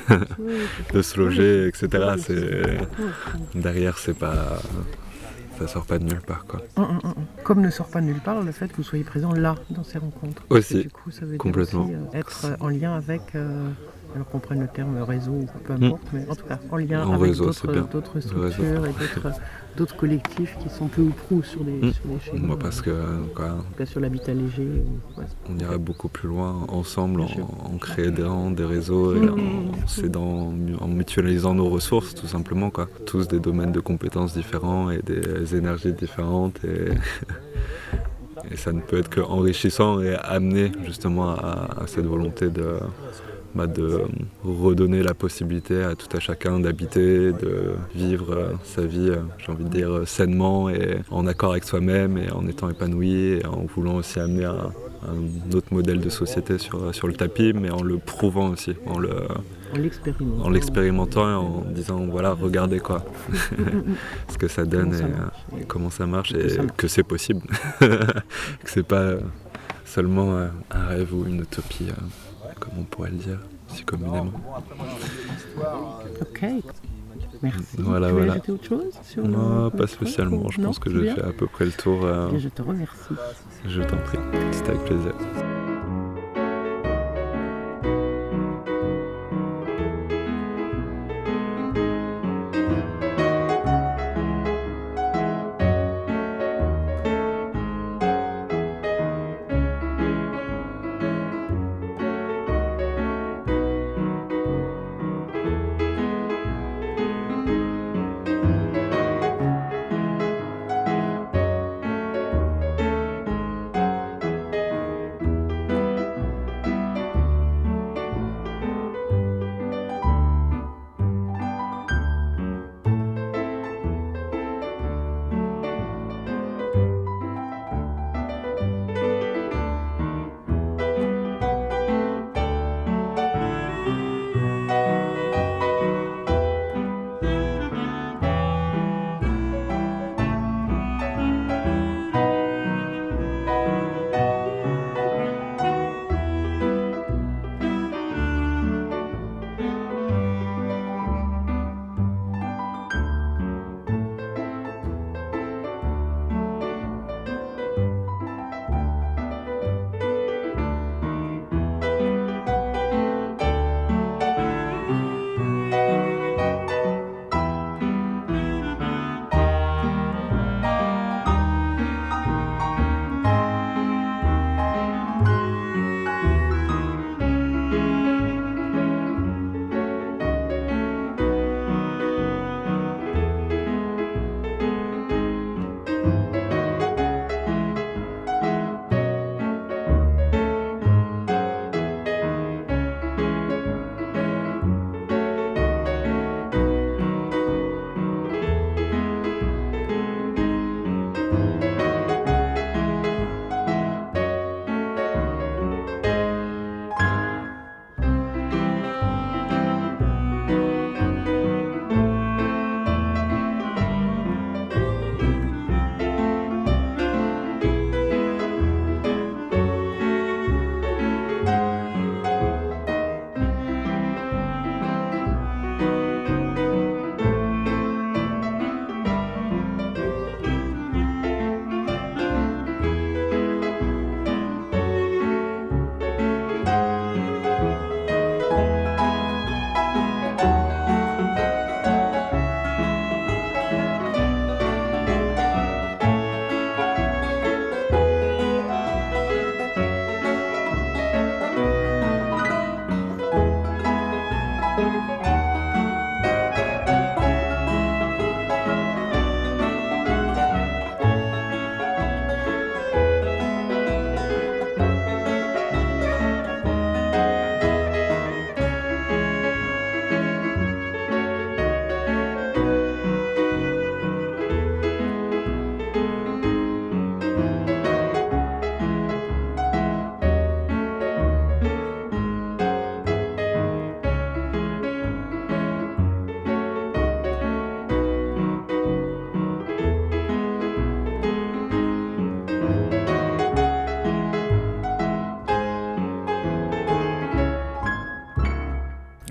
de se loger, etc. Derrière c'est pas... Ça sort pas de nulle part, quoi. Comme ne sort pas de nulle part le fait que vous soyez présent là, dans ces rencontres. Aussi, et du coup, ça veut complètement. dire aussi être en lien avec, alors qu'on prenne le terme réseau ou peu importe, mais en tout cas en lien avec réseau, d'autres structures et d'autres collectifs qui sont peu ou prou sur des chaînes. Moi, parce que sur l'habitat léger. On ira beaucoup plus loin ensemble en créant des réseaux et en mutualisant nos ressources, tout simplement, quoi. Tous des domaines de compétences différents et des énergies différentes. Et ça ne peut être qu'enrichissant et amener justement à cette volonté de redonner la possibilité à tout à chacun d'habiter, de vivre sa vie, j'ai envie de dire, sainement et en accord avec soi-même et en étant épanoui et en voulant aussi amener un autre modèle de société sur le tapis, mais en le prouvant aussi, en l'expérimentant et en disant voilà, regardez quoi, ce que ça donne et comment ça marche et que c'est possible, que c'est pas seulement un rêve ou une utopie. Comme on pourrait le dire, si communément. Ok, merci. Voilà. Ajouter autre chose sur non, pas spécialement. Je pense que j'ai fait à peu près le tour. Je te remercie. Je t'en prie, c'était avec plaisir.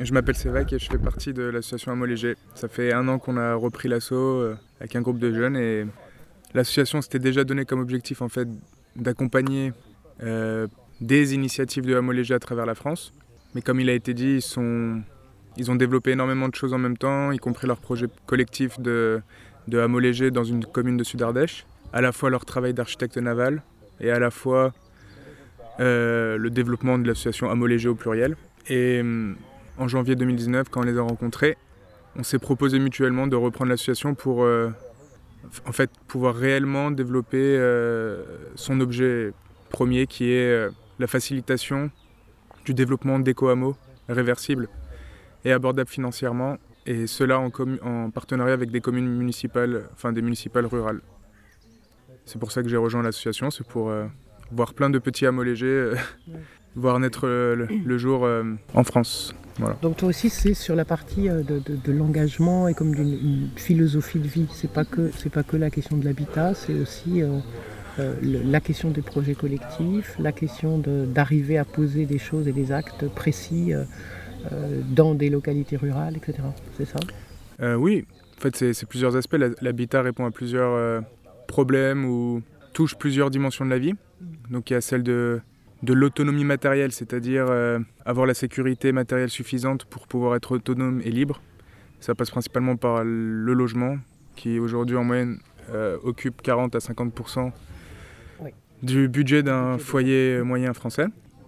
Je m'appelle Sévac et je fais partie de l'association Hameaux Légers. Ça fait 1 an qu'on a repris l'assaut avec un groupe de jeunes et l'association s'était déjà donné comme objectif en fait d'accompagner des initiatives de Hameaux Légers à travers la France. Mais comme il a été dit, ils ont développé énormément de choses en même temps, y compris leur projet collectif de Hameaux Légers dans une commune de Sud-Ardèche. À la fois leur travail d'architecte naval et à la fois le développement de l'association Hameaux Légers au pluriel. Et en janvier 2019, quand on les a rencontrés, on s'est proposé mutuellement de reprendre l'association pour en fait, pouvoir réellement développer son objet premier qui est la facilitation du développement d'éco-hameaux réversibles et abordables financièrement, et cela en partenariat avec des communes municipales, enfin des municipales rurales. C'est pour ça que j'ai rejoint l'association, c'est pour voir plein de petits hameaux légers voir naître le jour en France. Voilà. Donc toi aussi c'est sur la partie de l'engagement et comme d'une philosophie de vie. C'est pas que la question de l'habitat, c'est aussi la question des projets collectifs, la question d'arriver à poser des choses et des actes précis dans des localités rurales, etc. C'est ça ? Oui, en fait c'est plusieurs aspects. L'habitat répond à plusieurs problèmes ou touche plusieurs dimensions de la vie. Donc il y a celle de l'autonomie matérielle, c'est-à-dire avoir la sécurité matérielle suffisante pour pouvoir être autonome et libre. Ça passe principalement par le logement, qui aujourd'hui en moyenne occupe 40 à 50% du budget d'un foyer moyen français.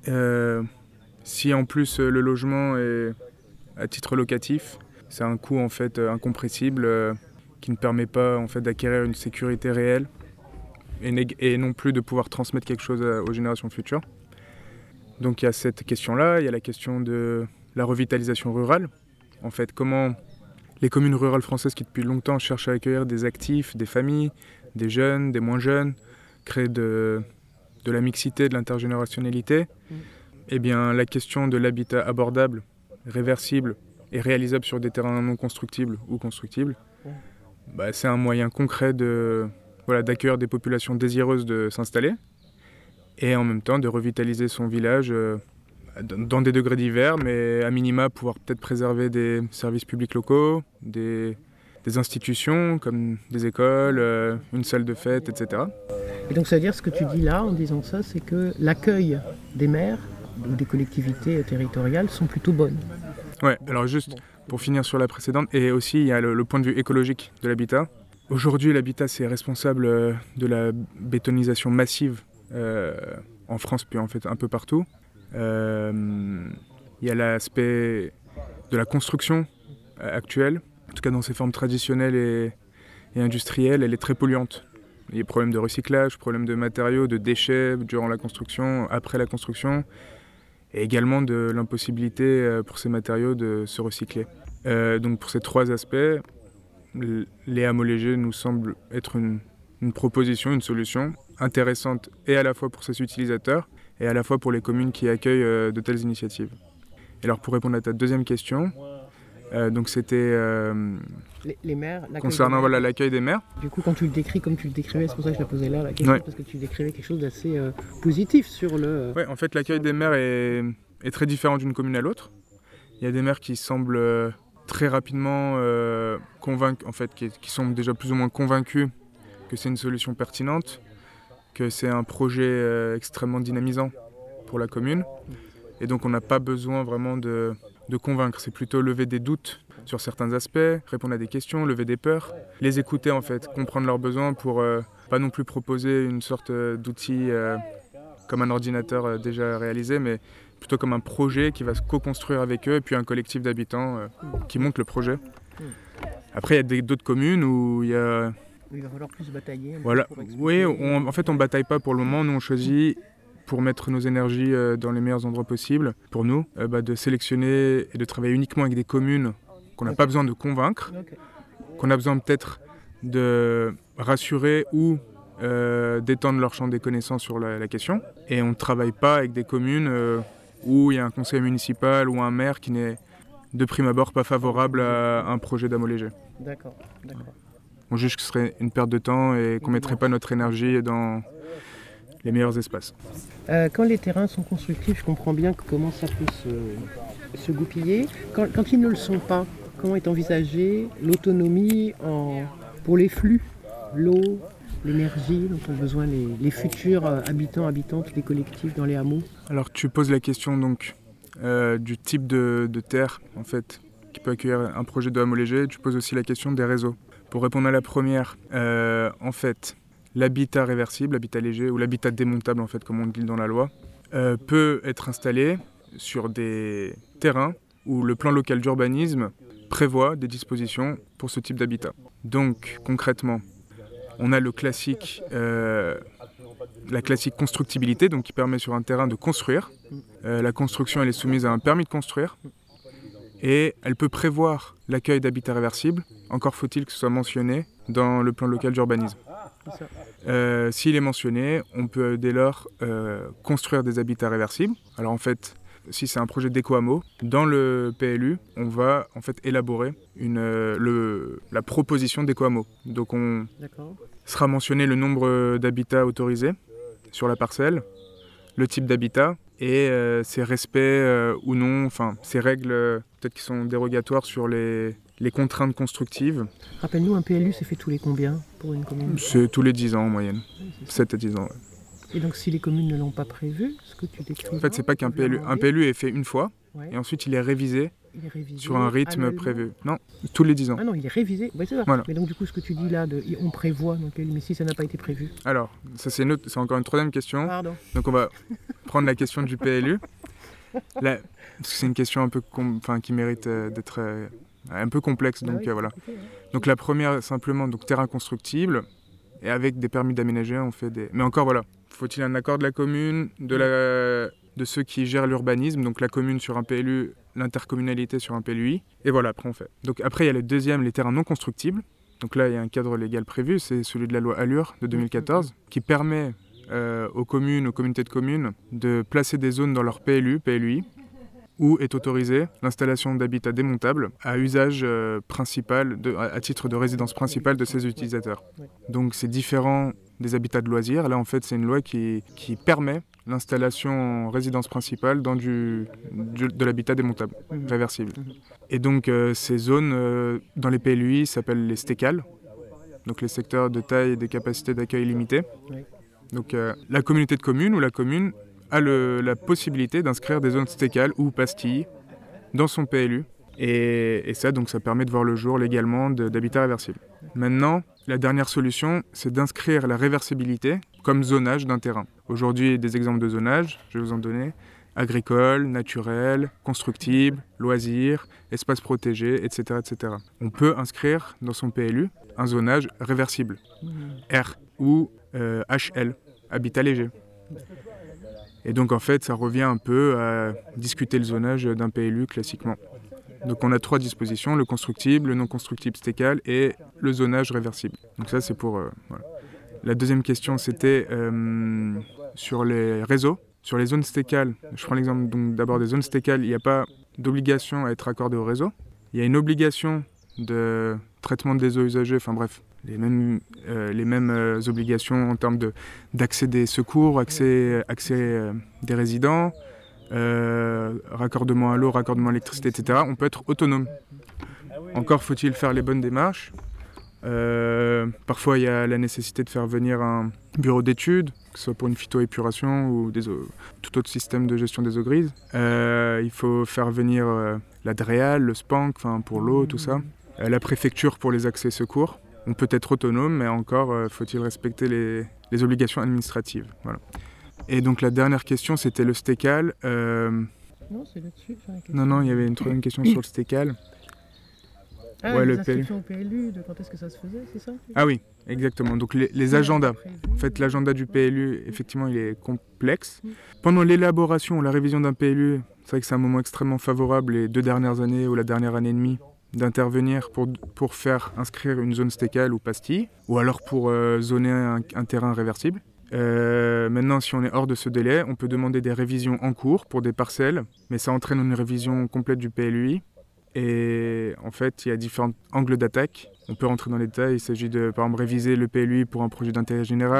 Si en plus le logement est à titre locatif, c'est un coût en fait incompressible qui ne permet pas en fait d'acquérir une sécurité réelle et non plus de pouvoir transmettre quelque chose aux générations futures. Donc il y a cette question-là, il y a la question de la revitalisation rurale. En fait, comment les communes rurales françaises qui depuis longtemps cherchent à accueillir des actifs, des familles, des jeunes, des moins jeunes, créer de la mixité, de l'intergénérationnalité. Eh bien, la question de l'habitat abordable, réversible et réalisable sur des terrains non constructibles ou constructibles, c'est un moyen concret d'accueillir des populations désireuses de s'installer et en même temps de revitaliser son village dans des degrés divers, mais à minima pouvoir peut-être préserver des services publics locaux, des institutions comme des écoles, une salle de fête, etc. Et donc ça veut dire ce que tu dis là en disant ça, c'est que l'accueil des maires ou des collectivités territoriales sont plutôt bonnes. Ouais, alors juste pour finir sur la précédente, et aussi il y a le point de vue écologique de l'habitat. Aujourd'hui, l'habitat c'est responsable de la bétonisation massive en France, puis en fait un peu partout. Il y a l'aspect de la construction actuelle, en tout cas dans ses formes traditionnelles et industrielles, elle est très polluante. Il y a problème de recyclage, problème de matériaux, de déchets durant la construction, après la construction, et également de l'impossibilité pour ces matériaux de se recycler. Donc pour ces 3 aspects, les hameaux légers nous semblent être une proposition, une solution intéressante et à la fois pour ses utilisateurs et à la fois pour les communes qui accueillent de telles initiatives. Et alors pour répondre à ta deuxième question, donc c'était les maires, concernant l'accueil des maires. Du coup, quand tu le décris comme tu le décrivais, c'est pour ça que je la posais là la question, parce que tu décrivais quelque chose d'assez positif sur le... Oui, en fait l'accueil des maires est très différent d'une commune à l'autre. Il y a des maires qui semblent très rapidement convaincus, en fait, qui sont déjà plus ou moins convaincus que c'est une solution pertinente, que c'est un projet extrêmement dynamisant pour la commune. Et donc on n'a pas besoin vraiment de convaincre, c'est plutôt lever des doutes sur certains aspects, répondre à des questions, lever des peurs, les écouter en fait, comprendre leurs besoins pour pas non plus proposer une sorte d'outil comme un ordinateur déjà réalisé, mais plutôt comme un projet qui va se co-construire avec eux et puis un collectif d'habitants qui monte le projet. Après il y a d'autres communes où il va falloir plus batailler. Voilà. Oui, en fait on ne bataille pas pour le moment, nous on choisit pour mettre nos énergies dans les meilleurs endroits possibles, pour nous, de sélectionner et de travailler uniquement avec des communes qu'on n'a pas besoin de convaincre, qu'on a besoin peut-être de rassurer ou d'étendre leur champ des connaissances sur la question. Et on ne travaille pas avec des communes où il y a un conseil municipal ou un maire qui n'est de prime abord pas favorable à un projet d'hameau léger. D'accord. On juge que ce serait une perte de temps et qu'on ne mettrait pas notre énergie dans les meilleurs espaces. Quand les terrains sont constructifs, je comprends bien comment ça peut se goupiller. Quand ils ne le sont pas, comment est envisagée l'autonomie pour les flux, l'eau, l'énergie dont ont besoin les futurs habitants, habitantes des collectifs dans les hameaux? Alors tu poses la question donc du type de terre en fait qui peut accueillir un projet de hameau léger. Tu poses aussi la question des réseaux. Pour répondre à la première, en fait, l'habitat réversible, l'habitat léger ou l'habitat démontable en fait comme on le dit dans la loi, peut être installé sur des terrains où le plan local d'urbanisme prévoit des dispositions pour ce type d'habitat. Donc concrètement, on a la classique constructibilité, donc qui permet sur un terrain de construire. La construction elle est soumise à un permis de construire et elle peut prévoir l'accueil d'habitat réversible. Encore faut-il que ce soit mentionné dans le plan local d'urbanisme. S'il est mentionné, on peut dès lors construire des habitats réversibles. Alors en fait, si c'est un projet d'éco-hameau, dans le PLU, on va en fait élaborer la proposition d'éco-hameau. Donc on sera mentionné le nombre d'habitats autorisés sur la parcelle, le type d'habitat et ses respects ou non, enfin ces règles peut-être qui sont dérogatoires sur les contraintes constructives. Rappelle-nous, un PLU, c'est fait tous les combien pour une commune? C'est tous les 10 ans en moyenne, 7 à 10 ans. Ouais. Et donc si les communes ne l'ont pas prévu, ce que tu décris... En fait, c'est pas qu'un PLU. Un PLU est fait une fois, et ensuite il est révisé sur un rythme annuellement. Prévu. Non, tous les 10 ans. Ah non, il est révisé, ouais, c'est ça. Voilà. Mais donc du coup, ce que tu dis là, on prévoit dans le PLU, mais si ça n'a pas été prévu... Alors, ça c'est encore une troisième question. Pardon. Donc on va prendre la question du PLU. Là, parce que c'est une question un peu qui mérite d'être un peu complexe. Donc voilà. Donc la première, simplement, donc terrain constructible, et avec des permis d'aménager, on fait des... Mais encore voilà, faut-il un accord de la commune, de ceux qui gèrent l'urbanisme, donc la commune sur un PLU, l'intercommunalité sur un PLUI, et voilà, après on fait. Donc après il y a le deuxième, les terrains non constructibles. Donc là il y a un cadre légal prévu, c'est celui de la loi Allure de 2014, qui permet aux communes, aux communautés de communes, de placer des zones dans leur PLU, PLUI, où est autorisée l'installation d'habitats démontables à usage principal, à titre de résidence principale de ses utilisateurs. Donc c'est différent des habitats de loisirs. Là en fait c'est une loi qui permet l'installation en résidence principale dans de l'habitat démontable, réversible. Et donc ces zones dans les PLUI s'appellent les STECAL, donc les secteurs de taille et des capacités d'accueil limitées. Donc la communauté de communes ou la commune a la possibilité d'inscrire des zones STECAL ou pastilles dans son PLU. Et ça, donc, ça permet de voir le jour légalement d'habitat réversible. Maintenant, la dernière solution, c'est d'inscrire la réversibilité comme zonage d'un terrain. Aujourd'hui, des exemples de zonage, je vais vous en donner. Agricole, naturel, constructible, loisirs, espaces protégés, etc., etc. On peut inscrire dans son PLU un zonage réversible, R ou HL, habitat léger. Et donc en fait, ça revient un peu à discuter le zonage d'un PLU classiquement. Donc on a 3 dispositions, le constructible, le non constructible STECAL et le zonage réversible. Donc ça c'est pour... voilà. La deuxième question c'était sur les réseaux. Sur les zones STECAL, je prends l'exemple donc, d'abord des zones STECAL, il n'y a pas d'obligation à être accordé au réseau. Il y a une obligation de traitement des eaux usagées, enfin bref, les mêmes obligations en termes d'accès des secours, accès des résidents, raccordement à l'eau, raccordement à l'électricité, etc. On peut être autonome. Encore faut-il faire les bonnes démarches. Parfois il y a la nécessité de faire venir un bureau d'études, que ce soit pour une phytoépuration ou tout autre système de gestion des eaux grises. Il faut faire venir la DREAL, le SPANC, pour l'eau, tout ça. La préfecture pour les accès secours. On peut être autonome, mais encore faut-il respecter les obligations administratives. Voilà. Et donc la dernière question, c'était le STECAL. Non, c'est là-dessus. Non, il y avait une troisième question sur le STECAL. Ah, ouais, les inscriptions au PLU, de quand est-ce que ça se faisait, c'est ça? Ah oui, exactement. Donc les agendas. En fait, l'agenda du PLU, effectivement, il est complexe. Pendant l'élaboration ou la révision d'un PLU, c'est vrai que c'est un moment extrêmement favorable, les 2 dernières années ou la dernière année et demie, d'intervenir pour faire inscrire une zone STECAL ou pastille, ou alors pour zoner un terrain réversible. Maintenant, si on est hors de ce délai, on peut demander des révisions en cours pour des parcelles, mais ça entraîne une révision complète du PLUI. Et en fait, il y a différents angles d'attaque. On peut rentrer dans les détails. Il s'agit de, par exemple, réviser le PLUI pour un projet d'intérêt général,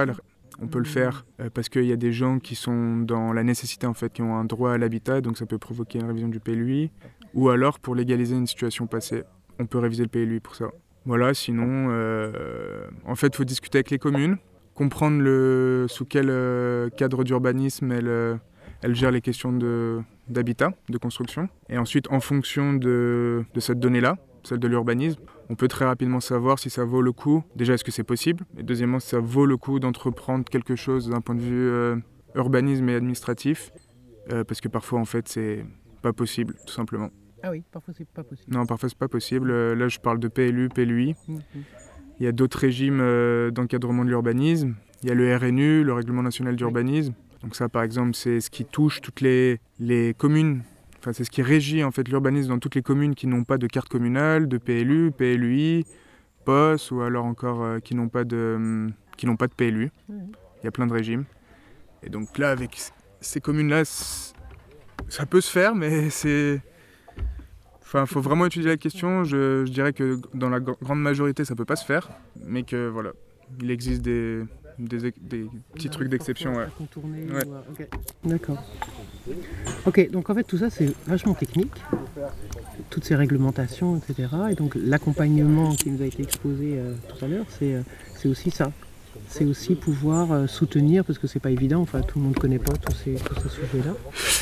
On peut le faire parce qu'il y a des gens qui sont dans la nécessité, en fait, qui ont un droit à l'habitat, donc ça peut provoquer une révision du PLUI. Ou alors, pour légaliser une situation passée, on peut réviser le PLUI pour ça. Voilà, sinon, en fait, il faut discuter avec les communes, comprendre sous quel cadre d'urbanisme elles gèrent les questions d'habitat, de construction. Et ensuite, en fonction de cette donnée-là, celle de l'urbanisme, on peut très rapidement savoir si ça vaut le coup. Déjà, est-ce que c'est possible? Et deuxièmement, si ça vaut le coup d'entreprendre quelque chose d'un point de vue urbanisme et administratif. Parce que parfois, en fait, c'est pas possible, tout simplement. Ah oui, parfois c'est pas possible. Non, parfois c'est pas possible. Là, je parle de PLU, PLUI. Il y a d'autres régimes d'encadrement de l'urbanisme. Il y a le RNU, le Règlement national d'urbanisme. Donc ça, par exemple, c'est ce qui touche toutes les communes. Enfin, c'est ce qui régit en fait l'urbanisme dans toutes les communes qui n'ont pas de carte communale, de PLU, PLUI, POS, ou alors encore qui n'ont pas de PLU. Il y a plein de régimes. Et donc là, avec ces communes-là, ça peut se faire, mais c'est... Enfin, faut vraiment étudier la question. Je dirais que dans la grande majorité, ça peut pas se faire, mais que voilà, il existe des petits trucs d'exception. Ouais. Ouais. Okay. D'accord. Ok, donc en fait tout ça c'est vachement technique, toutes ces réglementations, etc. Et donc l'accompagnement qui nous a été exposé tout à l'heure, c'est aussi ça. C'est aussi pouvoir soutenir, parce que c'est pas évident, enfin tout le monde connaît pas tous ces sujets-là.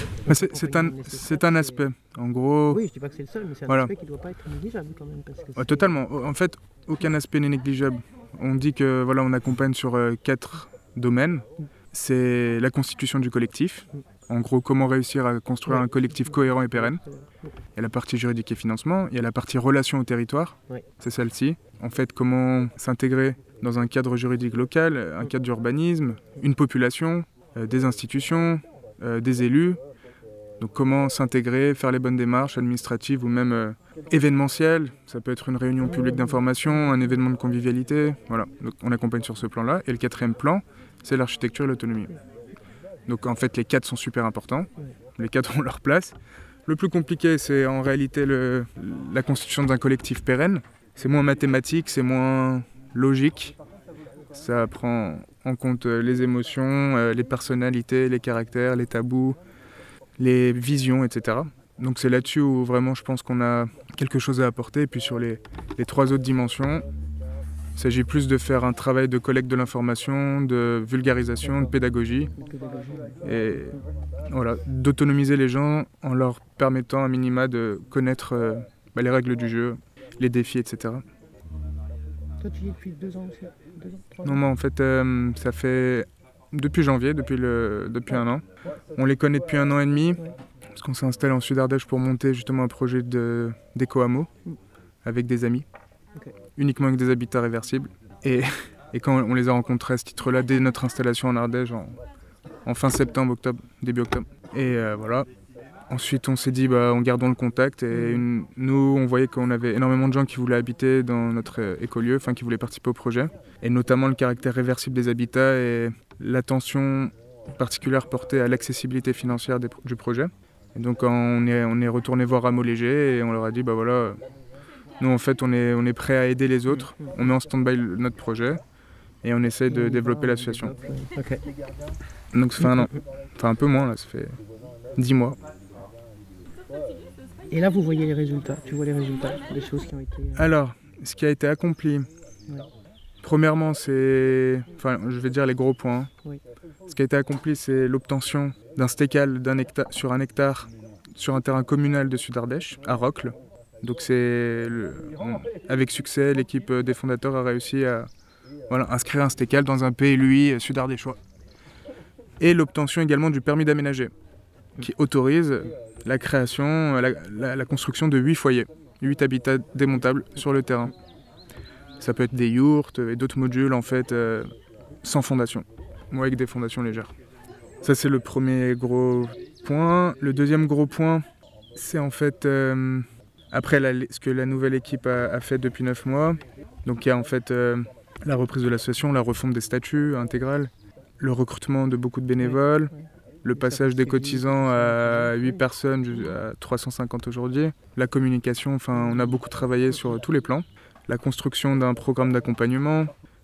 C'est un aspect, en gros... Oui, je dis pas que c'est le seul, mais c'est un aspect qui doit pas être négligeable quand même. Parce que totalement, en fait, aucun aspect n'est négligeable. On dit que voilà, on accompagne sur 4 domaines. C'est la constitution du collectif. En gros, comment réussir à construire un collectif cohérent et pérenne. Il y a la partie juridique et financement. Il y a la partie relation au territoire. C'est celle-ci. En fait, comment s'intégrer dans un cadre juridique local, un cadre d'urbanisme, une population, des institutions, des élus. Donc comment s'intégrer, faire les bonnes démarches administratives ou même événementielles. Ça peut être une réunion publique d'information, un événement de convivialité. Voilà, donc on accompagne sur ce plan-là. Et le 4e plan, c'est l'architecture et l'autonomie. Donc en fait, les 4 sont super importants. Les 4 ont leur place. Le plus compliqué, c'est en réalité la constitution d'un collectif pérenne. C'est moins mathématique, c'est moins logique. Ça prend en compte les émotions, les personnalités, les caractères, les tabous, les visions, etc. Donc c'est là-dessus où vraiment je pense qu'on a quelque chose à apporter. Et puis sur les 3 autres dimensions, il s'agit plus de faire un travail de collecte de l'information, de vulgarisation, de pédagogie. Et voilà, d'autonomiser les gens en leur permettant à minima de connaître les règles du jeu, les défis, etc. Toi tu y es depuis 2 ans aussi 2 ans, 3 ans? Non, moi en fait, ça fait depuis janvier, depuis 1 an. On les connaît depuis 1 an et demi, parce qu'on s'est installé en Sud-Ardèche pour monter justement un projet d'éco-hameau avec des amis, uniquement avec des habitats réversibles. Et quand on les a rencontrés à ce titre-là, dès notre installation en Ardèche, en fin septembre, octobre, début octobre. Et voilà. Ensuite, on s'est dit, on gardons le contact. Et nous, on voyait qu'on avait énormément de gens qui voulaient habiter dans notre écolieu, enfin qui voulaient participer au projet. Et notamment le caractère réversible des habitats et l'attention particulière portée à l'accessibilité financière du projet. Et donc, on est retourné voir Rameau Léger et on leur a dit, voilà, nous, en fait, on est prêt à aider les autres. On met en stand-by notre projet et on essaie de développer l'association. Okay. Donc, ça fait 1 an. Enfin, un peu moins, là, ça fait 10 mois. Et là, vous voyez les résultats. Tu vois les résultats des choses qui ont été... Alors, ce qui a été accompli, premièrement, je vais dire les gros points. Oui. Ce qui a été accompli, c'est l'obtention d'un stécal sur 1 hectare sur un terrain communal de Sud-Ardèche, à Rocle. Donc avec succès, l'équipe des fondateurs a réussi à inscrire un stécal dans un PLUI sud-ardéchois. Et l'obtention également du permis d'aménager, qui autorise la création, la construction de 8 foyers, 8 habitats démontables sur le terrain. Ça peut être des yourtes et d'autres modules en fait sans fondation, ou avec des fondations légères. Ça c'est le premier gros point. Le deuxième gros point, c'est en fait après ce que la nouvelle équipe a fait depuis 9 mois. Donc il y a en fait la reprise de l'association, la refonte des statuts intégrales, le recrutement de beaucoup de bénévoles, le passage des cotisants à 8 personnes à 350 aujourd'hui, la communication, on a beaucoup travaillé sur tous les plans, la construction d'un programme d'accompagnement,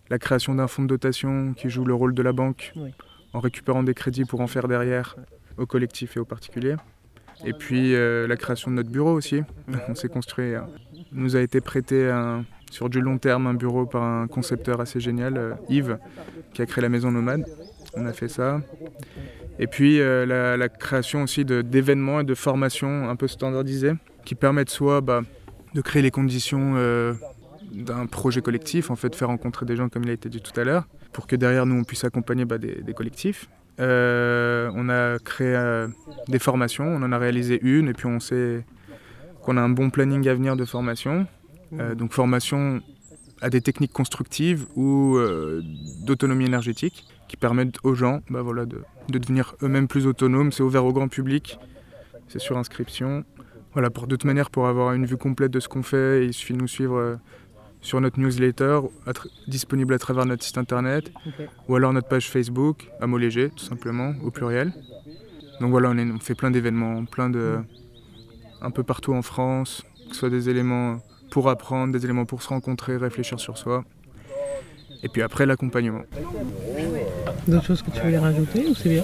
la création d'un fonds de dotation qui joue le rôle de la banque en récupérant des crédits pour en faire derrière aux collectifs et aux particuliers. Et puis la création de notre bureau aussi. On s'est construit, nous a été prêté sur du long terme un bureau par un concepteur assez génial, Yves, qui a créé la Maison Nomade. On a fait ça. Et puis la création aussi d'événements et de formations un peu standardisées qui permettent soit de créer les conditions d'un projet collectif, en fait faire rencontrer des gens comme il a été dit tout à l'heure, pour que derrière nous on puisse accompagner des collectifs. On a créé des formations, on en a réalisé une et puis on sait qu'on a un bon planning à venir de formation. Donc formation à des techniques constructives ou d'autonomie énergétique qui permettent aux gens de devenir eux-mêmes plus autonomes. C'est ouvert au grand public, c'est sur inscription. Voilà, pour d'autres manières, pour avoir une vue complète de ce qu'on fait, il suffit de nous suivre sur notre newsletter, disponible à travers notre site internet, ou alors notre page Facebook, Hameau Léger, tout simplement, au pluriel. Donc voilà, on fait plein d'événements, un peu partout en France, que ce soit des éléments pour apprendre, des éléments pour se rencontrer, réfléchir sur soi. Et puis après, l'accompagnement. D'autres choses que tu voulais rajouter ou c'est bien ?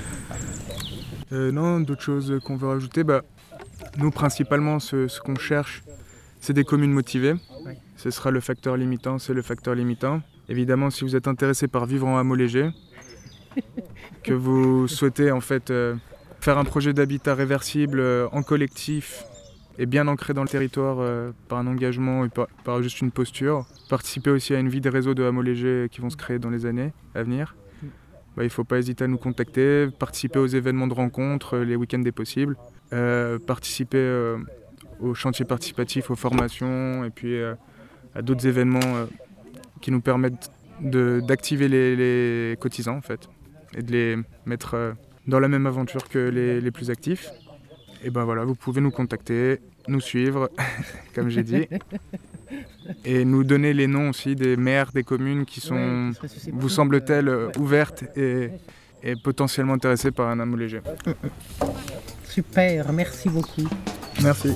Non, d'autres choses qu'on veut rajouter, nous principalement ce qu'on cherche, c'est des communes motivées. Ce sera le facteur limitant, c'est le facteur limitant. Évidemment, si vous êtes intéressé par vivre en hameau léger, que vous souhaitez en fait faire un projet d'habitat réversible en collectif et bien ancré dans le territoire par un engagement et par juste une posture, participer aussi à une vie des réseaux de hameaux légers qui vont se créer dans les années à venir, il ne faut pas hésiter à nous contacter, participer aux événements de rencontres, les week-ends des possibles, participer aux chantiers participatifs, aux formations et puis à d'autres événements qui nous permettent d'activer les cotisants en fait et de les mettre dans la même aventure que les plus actifs. Et voilà, vous pouvez nous contacter, nous suivre, comme j'ai dit, et nous donner les noms aussi des maires des communes qui sont, vous semble-t-elle, ouvertes et potentiellement intéressées par un hameau léger. Super, merci beaucoup. Merci.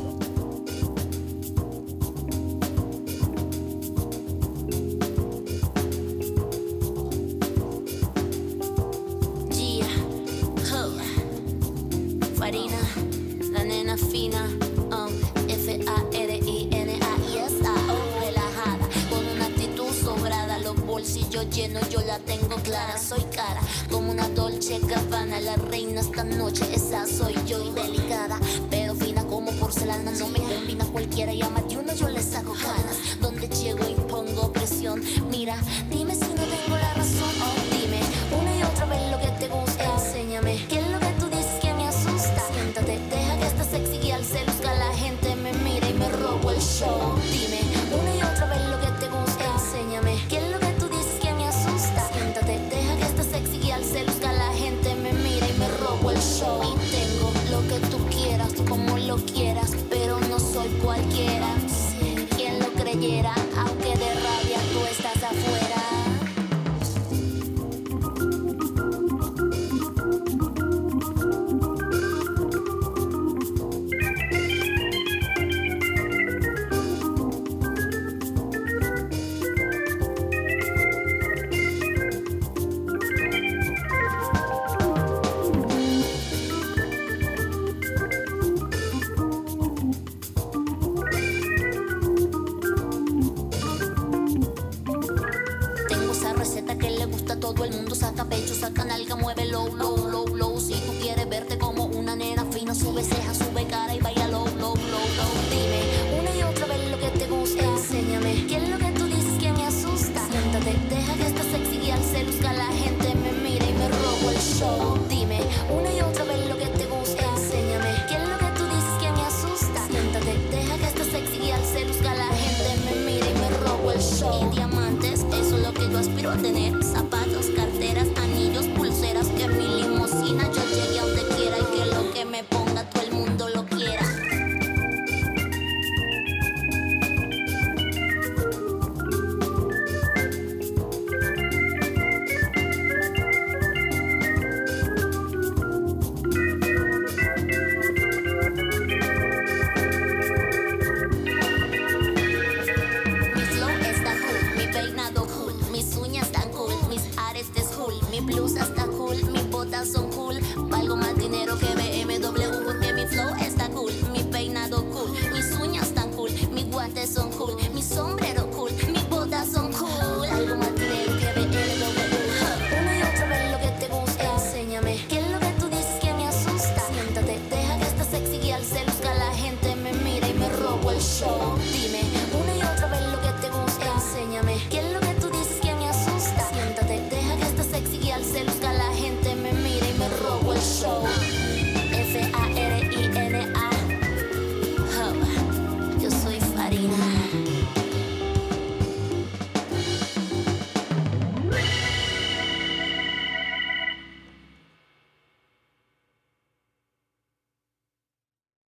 Yo la tengo clara, soy cara como una Dolce Gabbana, la reina esta noche, esa soy yo, y delicada, pero fina como porcelana, no me combina cualquiera, y a más de uno yo le saco ganas, donde llego impongo presión, mira, dime si no tengo la razón, dime una y otra vez lo que te gusta, enséñame, qué es lo que tú dices que me asusta, siéntate, deja que esta sexy girl se luzca, la gente me mira y me robo el show, dime una y otra vez lo que te gusta, enséñame, qué es lo que se luzca, la gente me mira y me robo el show. Y tengo lo que tú quieras, como lo quieras, pero no soy cualquiera. Sí, quien lo creyera, aunque de rabia tú estás afuera. Todo el mundo saca pecho, saca nalga, mueve low, low, low, low. Si tú quieres verte como una nena fina, sube ceja, sube cara y baila low, low, low, low. Dime una y otra vez lo que te gusta, enséñame, ¿qué es lo que tú dices que me asusta? Siéntate, deja que esta sexy girl se luzca, la gente me mira y me robo el show. Dime una y otra vez lo que te gusta, enséñame, ¿qué es lo que tú dices que me asusta? Siéntate, deja que esta sexy girl se luzca, la gente me mira y me robo el show. Y diamantes, eso es lo que yo aspiro a tener. Zapatos, carteras, anillos, pulseras, que en mi limusina yo llegue a donde quiera y que lo que me ponga todo el mundo lo quiera. Mi flow está cool, mi peinado cool, mi bonitas son cool. Valgo más dinero que